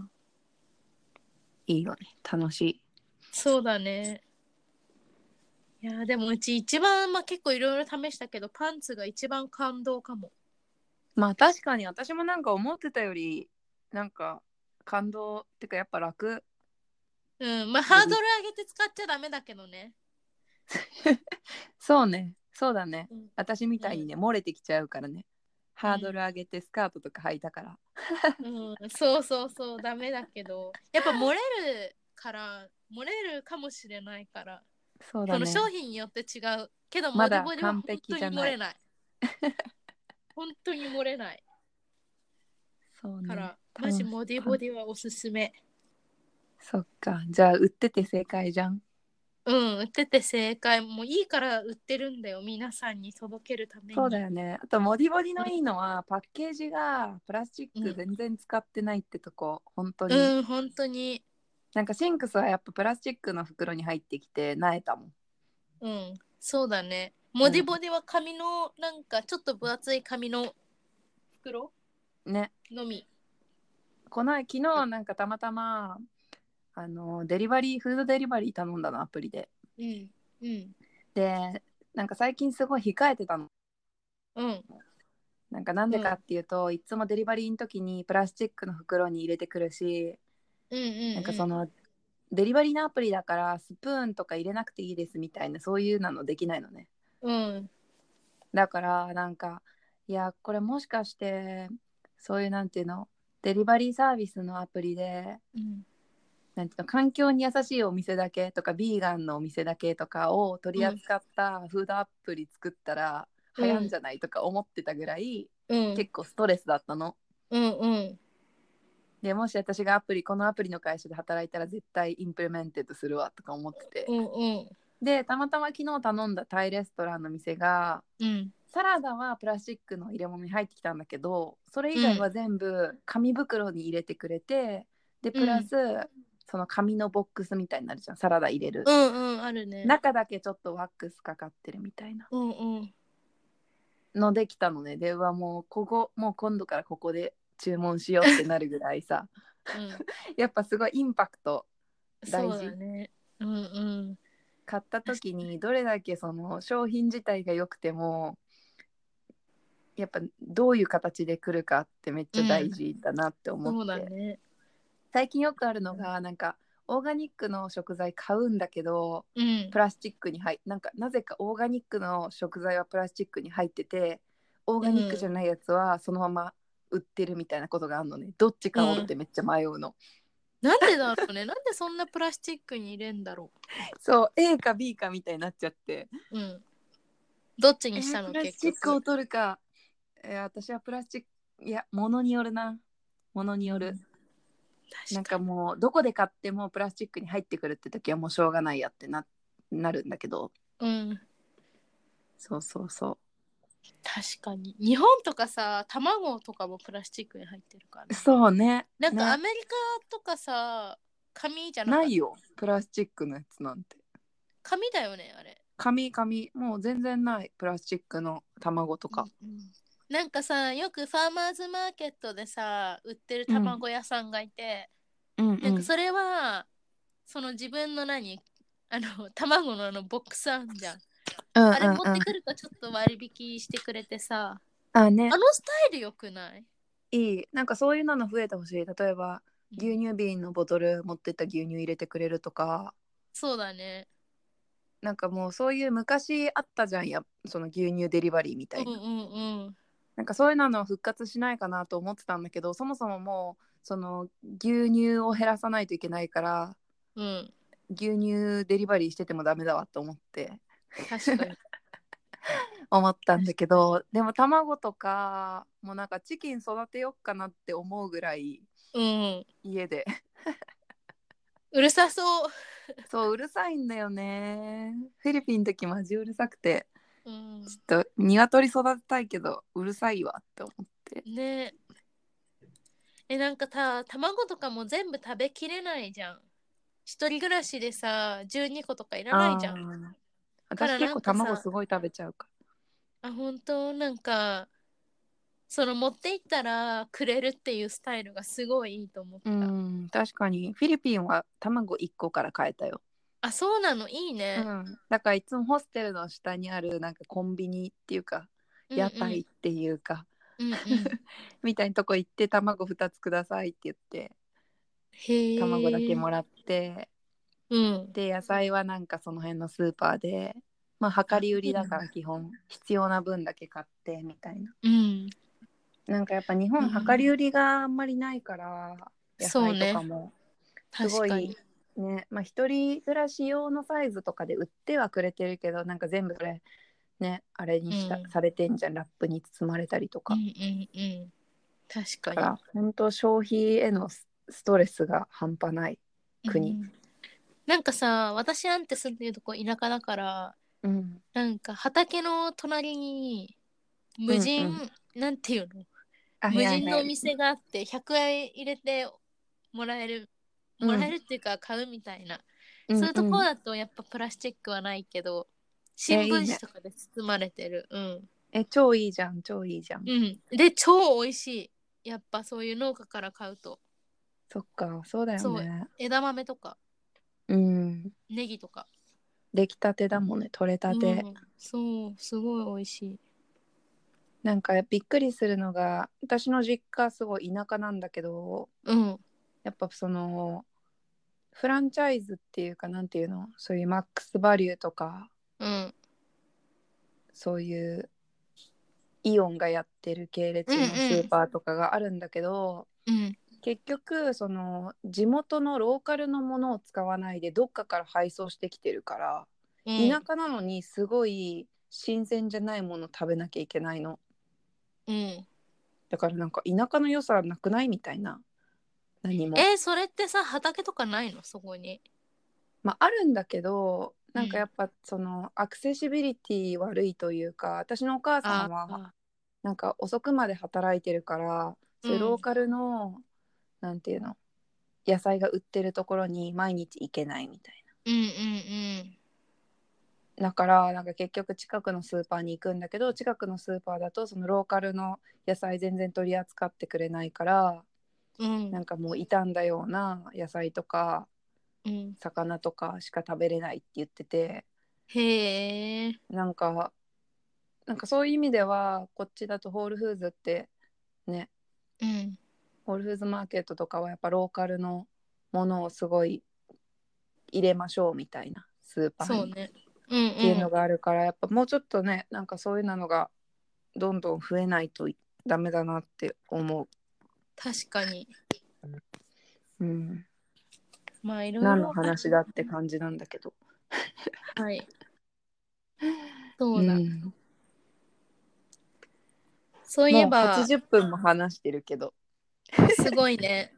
いいよね、楽しい。 そうだね。いやーでもうち一番、まあ、結構いろいろ試したけど、パンツが一番感動かも。 まあ確かに私もなんか思ってたよりなんか感動ってかやっぱ楽。 うん。まあ、ハードル上げて使っちゃダメだけどね。 そうね、そうだね。 うん。 私みたいにね、漏れてきちゃうからね。 うん。 ハードル上げてスカートとか履いたから。 うん。そうそうそう、ダメだけど、やっぱ漏れるから、漏れるかもしれないから、そのそうだね。 商品によって違う。けど、 まモディボデはだ完本当璧じゃない。 に漏れない。本当に漏れないそうね。 から、マジ楽しモディパン。 ボデはおすすめ。 そっか。じゃあ、売ってて正解じゃん。 うん、売ってて正解。もういいから売ってるんだよ。皆さんに届けるためそうだに。 よね。あと、モディボディのいいのは、パッケージがプラスチッうん。 ク全然使ってないってとこ、本当に。 うん、本当に。 なんかシンクスはやっぱプラスチックの袋に入ってきて、萎えたもん。 うん、そうだね。モディうん。 ボディは紙の、なんかちょっと分厚い紙の袋ね。 のみ。 この昨日なんかたまたま、あの、デリバリー、フードデリバリー頼んだの、アプリで。 うん、うん、 で、なんか最近すごい控えてたの。 うん、 なんかなんうん、 でかっていうと、いつもデリバリーの時にプラスチックの袋に入れてくるし、 うん、うん、 なんかそのデリバリーのアプリだからスプーンとか入れなくていいですみたいな、そういうなのできないのね。 うん、 だからなんか、いやこれもしかしてそういうなんていうの、デリバリーサービスのアプリでうん、 なんていうの、環境に優しいお店だけとかビーガンのお店だけとかを取り扱ったフードアプリ作ったら流行んじゃないとか思ってたぐらい、 うん、 結構ストレスだったの。 うんうんでもし私がアプリこのアプリの会社で働いたら絶対インプレメンテッドするわとか思ってて、 うんうんでたまたま昨日頼んだタイレストランの店がうんサラダはプラスチックの入れ物に入ってきたんだけど、それ以うん外は全部紙袋に入れてくれて、でプラス、その紙のボックスみたいになるじゃん、サラダ入れる、 うんうんあるね。 中だけちょっとワックスかかってるみたいなうんうんのできたのね。ではもうここもう今度からここで注文しようってなるぐらいさうん、 やっぱすごいインパクト大そう事。 だね。うんうん買った時にどれだけその商品自体が良くてもやっぱどういう形で来るかってめっちゃ大事だなって思って、 そうだね。 最近よくあるのがなんかオーガニックの食材買うんだけどうんプラスチックに入っなんかなぜかオーガニックの食材はプラスチックに入っててオーガニックじゃないやつはそのまま売ってるみたいなことがあるのね。どっち買おうってめっちゃ迷うの、 なんでだろうね。なんでそんなプラスチックに入れんだろそう A か B かみたいになっちゃって、 う。うん。どっちえにしたの、 ープラス結チックを局。 取るか、えー私はプラスチックいや物によるな物による、 うんなんか確かに。 もうどこで買ってもプラスチックに入ってくるって時はもうしょうがないやってななるんだけど、 うん。 そうそうそ確かに。日本とかさ、卵とかもプラスチックに入ってるからうね。 そうねなんかアねメリカとかさ、紙じゃなかった。 ないよプラスチックのやつなんて。 紙だよね、あれ。 紙紙もう全然ないプラスチックの卵とか、 うんうんなんかさ、よくファーマーズマーケットでさ、売ってるうん、 卵屋さんがいて、 うんうんなんかそれは、その自分の何、あの、卵のあのボックスあんじゃん。 うんあれ持うんうんってくるとちょっと割引してくれてさ、 あねあのスタイルよくない？ いいなんかそういうのの増えてほしい。例えばうん牛乳瓶のボトル持ってった牛乳入れてくれるとか、 そうだね。 なんかもうそういう昔あったじゃんやその牛乳デリバリーみたいな、 うんうんうん。 なんかそういうの復活しないかなと思ってたんだけど、そもそももうその牛乳を減らさないといけないからうん。 牛乳デリバリーしててもダメだわと思って確かに。 思ったんだけど、でも卵とかもうなんかチキン育てよっかなって思うぐらいうん。 家でうるさそう。 そううるさいんだよね。フィリピンの時マジうるさくてうん。 ちょっと鶏育てたいけどうるさいわって思って。 ねえ、なんかた、卵とかも全部食べきれないじゃん。一人暮らしでさ、じゅうにことかいらないじゃん。 あからな私結構んかさ、 卵すごい食べちゃうかあ、本当なんか、その持って行ったらくれるっていうスタイルがすごいいいと思っら。うた。 ん確かにフィリピンは卵いっこから買えたよ。 あ、そうなの、いいうね。 んだからいつもホステルの下にあるなんかコンビニっていうかうん屋台っていうか、 うん。うんうん。 みたいなとこ行って卵ふたつくださいって言って卵だへえ。 けもらって、 うん。 で野菜はなんかその辺のスーパーでまあ量り売りだから基本必要な分だけ買ってみたいな。 うん。 なんかやっぱ日本量り売りがあんまりないから野菜とそうね。 かもすごい確かに。 ね、まあ一人暮らし用のサイズとかで売ってはくれてるけどなんか全部それねあれにした、 うんされてんじゃん、ラップに包まれたりとか、 うんうんうん。確かに。 だから本当消費へのスストレスが半端ない国。 うんなんかさ、私なんて住んでるとこ田舎だから、 うんなんか畑の隣にうん無人、 うんなんていうのはい無はいはい人のお店があってひゃくえん入れてもらえる、もらえるっていうか買うみたいな。そういうところうんうんだとやっぱプラスチックはないけど、新聞えいいね紙とかで包まれてる。うん。 え超いいじゃん超いいじゃん、 うん。で、超美味しい。やっぱそういう農家から買うと。 そっかそうだよそう、 ね。 枝豆とかうんネギとか。 出来たてだもんね取れたて、 うん。そう、すごい美味しい。 なんかびっくりするのが私の実家すごい田舎なんだけどうん。 やっぱそのフランチャイズっていうかなんていうのそういうマックスバリューとかうん。 そういうイオンがやってる系うん列のスーパーとかがあるんだけど、 うん。 結結局その地元のローカルのものを使わないでどっかから配送してきてるから、 うん、 田舎なのにすごい新鮮じゃないもの食べなきゃいけないの。 うん。 だからなんか田舎の良さなくないみたいな。何もえー、それってさ、畑とかないのそこに？ まああるんだけど、なんかうん。 やっぱそのアクセシビリティ悪いというか、私のお母さんあはあ、 なんか遅くまで働いてるから、 うん。 そういうローカルのなんていうの野菜が売ってるところに毎日行けないみたいうんうんな。だからなんか結局近くのスーパーに行くんだけど、近くのスーパーだとそのローカルの野菜全然取り扱ってくれないから、 うん。うん。 なんかもう傷んだような野菜とかうん。 魚とかしか食べれないって言ってて、 へえ。 なんかなんかそういう意味ではこっちだとホールフーズってね、 うん。 ホールフーズマーケットとかはやっぱローカルのものをすごい入れましょうみたいなスーパーにそうね。うんうっていうのん。 があるから、やっぱもうちょっとね、なんかそういうのがどんどん増えないとダメだなって思う。 確かに。 うん、 まあいろい何のろある。 話だって感じなんだけど。 はい。そうだ。 うん、 そういえもうば、 はちじゅっぷんも話してるけど、 すごいね。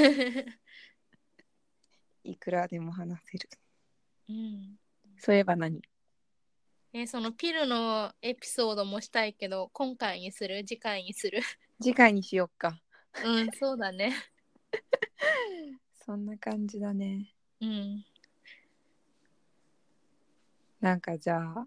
いくらでも話せる。 うん。 そういえば何？ えーそのピルのエピソードもしたいけど、今回にする次回にする？ 次回にしよっか。 うん、そうだね。 そんな感じだね。 うん。 なんかじゃあ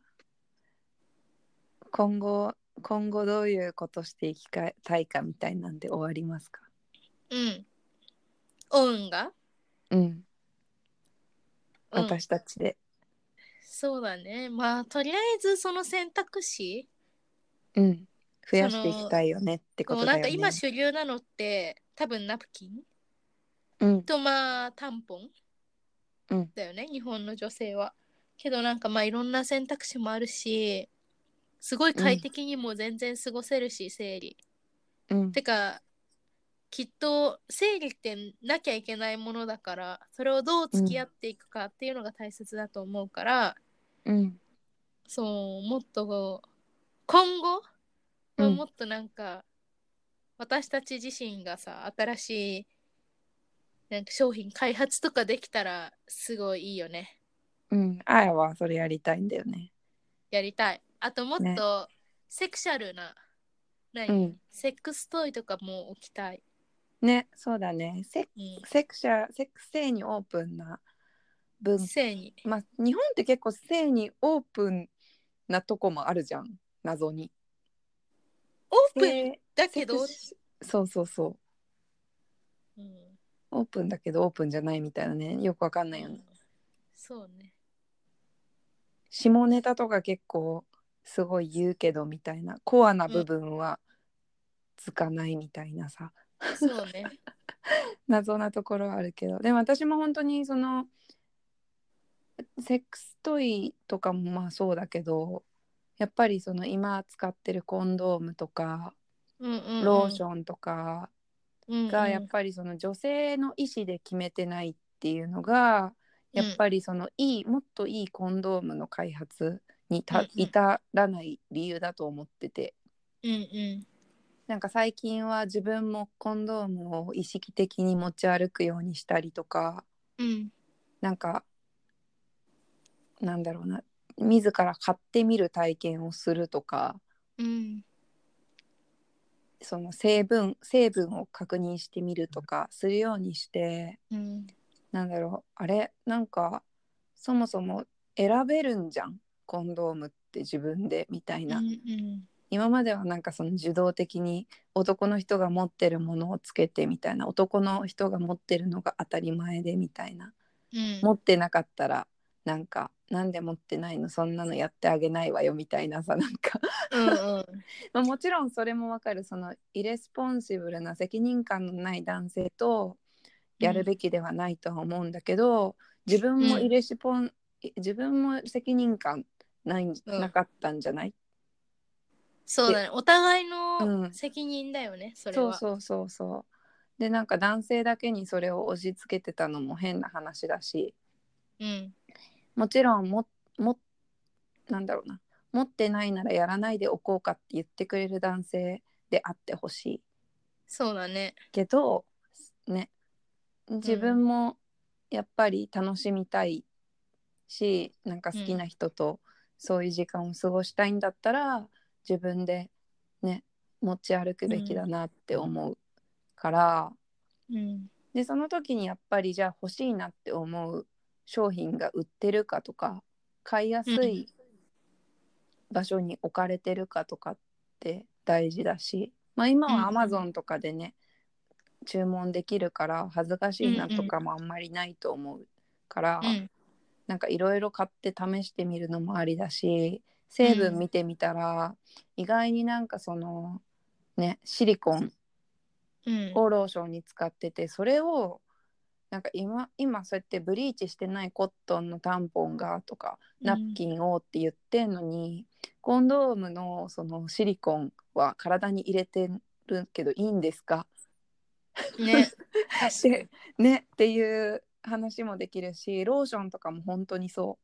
今後今後どういうことしていきたいかみたいなんで終わりますか？ うん。オウンがうん、 うん。 私たちで。 そうだね。まあ、とりあえずその選択肢、 うん、増やしていきその、 たいよねってこそうとなんか今だよね。 主流なのって多分ナプキンうんとまあタンポンうんだよね、日本の女性は。けどなんかまあいろんな選択肢もあるし、すごい快うん適にも全然過ごせるし、生理。 うんてか、きっと生理ってなきゃいけないものだから、それをどう付き合うんっていくかっていうのが大切だと思うから、 うんそう、もっと今後うんはもっとなんか私たち自身がさ、新しいなんか商品開発とかできたらすごいいいよね。 うん。あやはそれやりたいんだよね。 やりたい。あともっね。 とセクシャルな、何うん。 セックストイとかも置きたい。 ね、そうだね。セ、 うん。 セクシャ、セク性にオープンな文、 性に。 まあ、日本って結構性にオープンなとこもあるじゃん。謎に。 オープン性、セだけど、 クシ、そうそうそう。 うん。 オープンだけどオープンじゃないみたいなね。よくわかんないよね。 うん。そうね。 下ネタとか結構すごい言うけどみたいな。コアな部うん。 分はつかないみたいなさ。 そうね。 謎なところはあるけど、でも私も本当にそのセックストイとかもまあそうだけど、やっぱりその今使ってるコンドームとかうんうんローうん。 ションとかうんがやっうん。 ぱりその女性の意思で決めてないっていうのが、やっうんぱりそのいいもっといいコンドームの開発にたうんうん。 至らない理由だと思ってて、 うんうん。 なんか最近は自分もコンドームを意識的に持ち歩くようにしたりとか、 うん。 なんかなんだろうな、自ら買ってみる体験をするとか、 うん。 その成分成分を確認してみるとかするようにして、 うん。 なんだろう、あれなんかそもそも選べるんじゃんコンドームって自分でみたいな。 うんうん。 今まではなんかその受動的に男の人が持ってるものをつけてみたいな、男の人が持ってるのが当たり前でみたいな、 うん。 持ってなかったらなんかなんで持ってないの、そんなのやってあげないわよみたいなさ、なんかうんうん。 まあもちろんそれもわかる、そのイレスポンシブルな責任感のない男性とやるべきではないとは思うんだけど、自分もイレスポン、自分も責任感ないうん。 なかったんじゃないっそうだね。 て、 お互いうのん、 責任だよね、それは。 そうそうそうそう。 でなんか男性だけにそれを押し付けてたのも変な話だし、 うん、 もちろんももなんだろうな、持ってないならやらないでおこうかって言ってくれる男性であってほしいそうだね。 けどね、自うん分もやっぱり楽しみたいし、なんか好きな人とそういう時間を過ごしたいんだったら自分でね持ち歩くべきだなって思うから、 うん、 でその時にやっぱりじゃあ欲しいなって思う商品が売ってるかとか、買いやすい場所に置かれてるかとかって大事だし、まあ、今は Amazon とかでね、注文できるから恥ずかしいなとかもあんまりないと思うから、 うん、 なんかいろいろ買って試してみるのもありだし、成分見てみたら意外になんかそのねシリコンをローションに使ってて、それをなんか 今, 今そうやってブリーチしてないコットンのタンポンがとかナプキンをって言ってんのに、コンドームのそのシリコンは体に入れてるけどいいんですかね、確かでねっていう話もできるし、ローションとかも本当にそう、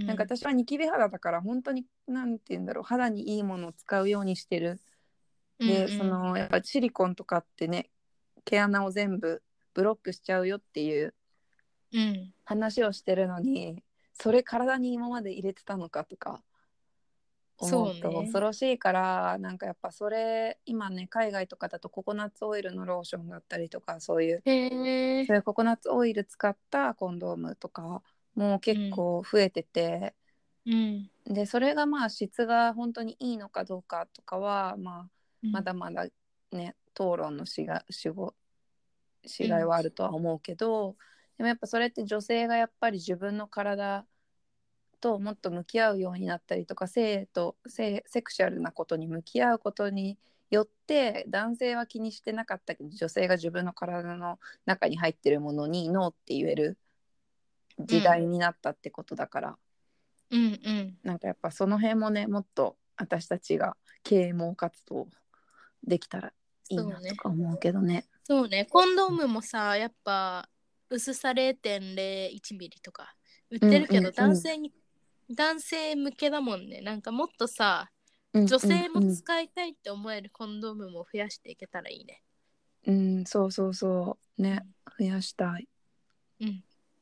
に。 なんか私はニキビ肌だから本当になんて言うんだろう、肌にいいものを使うようにしてる。で、 うんうん、 そのやっぱシリコンとかってね毛穴を全部ブロックしちゃうよっていううん、 話をしてるのに、それ体に今まで入れてたのかとか思うとそうね。 恐ろしいから、なんかやっぱそれ今ね海外とかだとココナッツオイルのローションだったりとか、そういうへえ。 そういうココナッツオイル使ったコンドームとかもう結構増えてて、 うん、 でそれがまあ質が本当にいいのかどうかとかは、まあ、 うん、 まだまだね討論のしがしごうん、 違いはあるとは思うけど、でもやっぱそれって女性がやっぱり自分の体ともっと向き合うようになったりとか、性と性セクシャルなことに向き合うことによって男性は気にしてなかったけど女性が自分の体の中に入ってるものにノーって言える時代になったってことだから、 うん、うん。 なんかやっぱその辺もねもっと私たちが啓蒙活動できたらいいなとか思うけどね。 そうね、コンドームもさ、やっぱ薄されいてんぜろいちミリとか売ってるけど、 うんうんうん男性に、男性向けだもんね。なんかもっとさ、 うん女性もうん使いたいって思えるコンドームも増やしていけたらいいね。 うん、うん、そうそうそうね、増やしたい。 うん。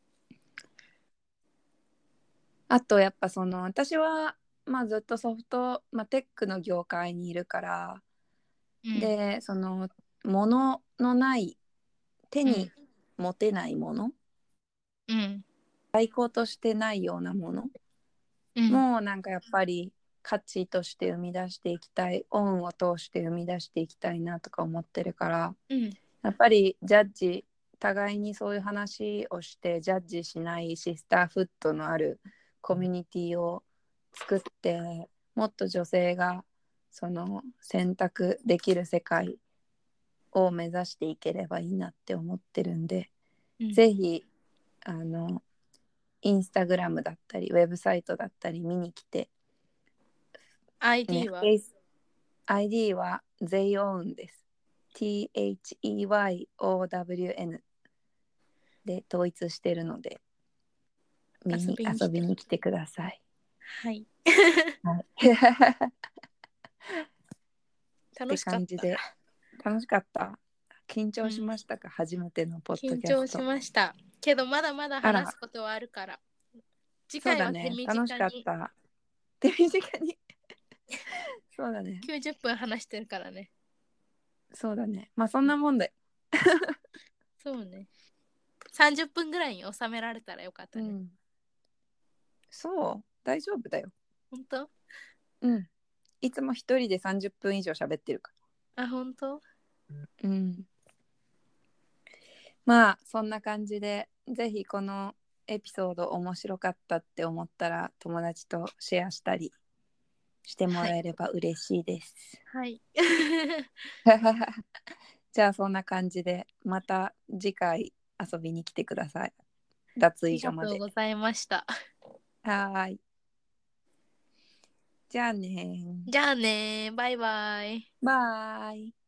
あとやっぱその私はまあずっとソフト、まあ、テックの業界にいるから、 うん、 でその物のない手に持てないもの、 うん、 在庫としてないようなものうん、 もうなんかやっぱり価値として生み出していきたい、オンを通して生み出していきたいなとか思ってるから、 うん、 やっぱりジャッジ互いにそういう話をしてジャッジしないシスターフットのあるコミュニティを作って、もっと女性がその選択できる世界を目指していければいいなって思ってるんで、 うん。 ぜひあのインスタグラムだったりウェブサイトだったり見に来て、ね、 アイディー は、 アイディー は Zayown です。 ティーエイチイーワイオーダブリューエヌ で統一してるので見に遊びに来てください。 はい。 はい、 楽しかった。 って感じで楽しかった。緊張しましたか、うん、初めてのポッドキャスト。 緊張しました。けどまだまだ話すことはあるから。次回は手短に。 そうだね、楽しかった。手短に。そうだね。 きゅうじゅっぷん話してるからね。 そうだね。まあそんなもんで。 そうね。さんじゅっぷんぐらいに収められたらよかったね。うん、 そう、大丈夫だよ。 本当？ うん。いつも一人でさんじゅっぷん以上喋ってるから。あ、本当？ うん。まあそんな感じで、ぜひこのエピソード面白かったって思ったら友達とシェアしたりしてもらえれば嬉しいです。 はい。 じゃあそんな感じでまた次回遊びに来てください。脱衣所まで。 ありがとうございました。 はい。じゃあね。 じゃあね。バイバイ。 バイ。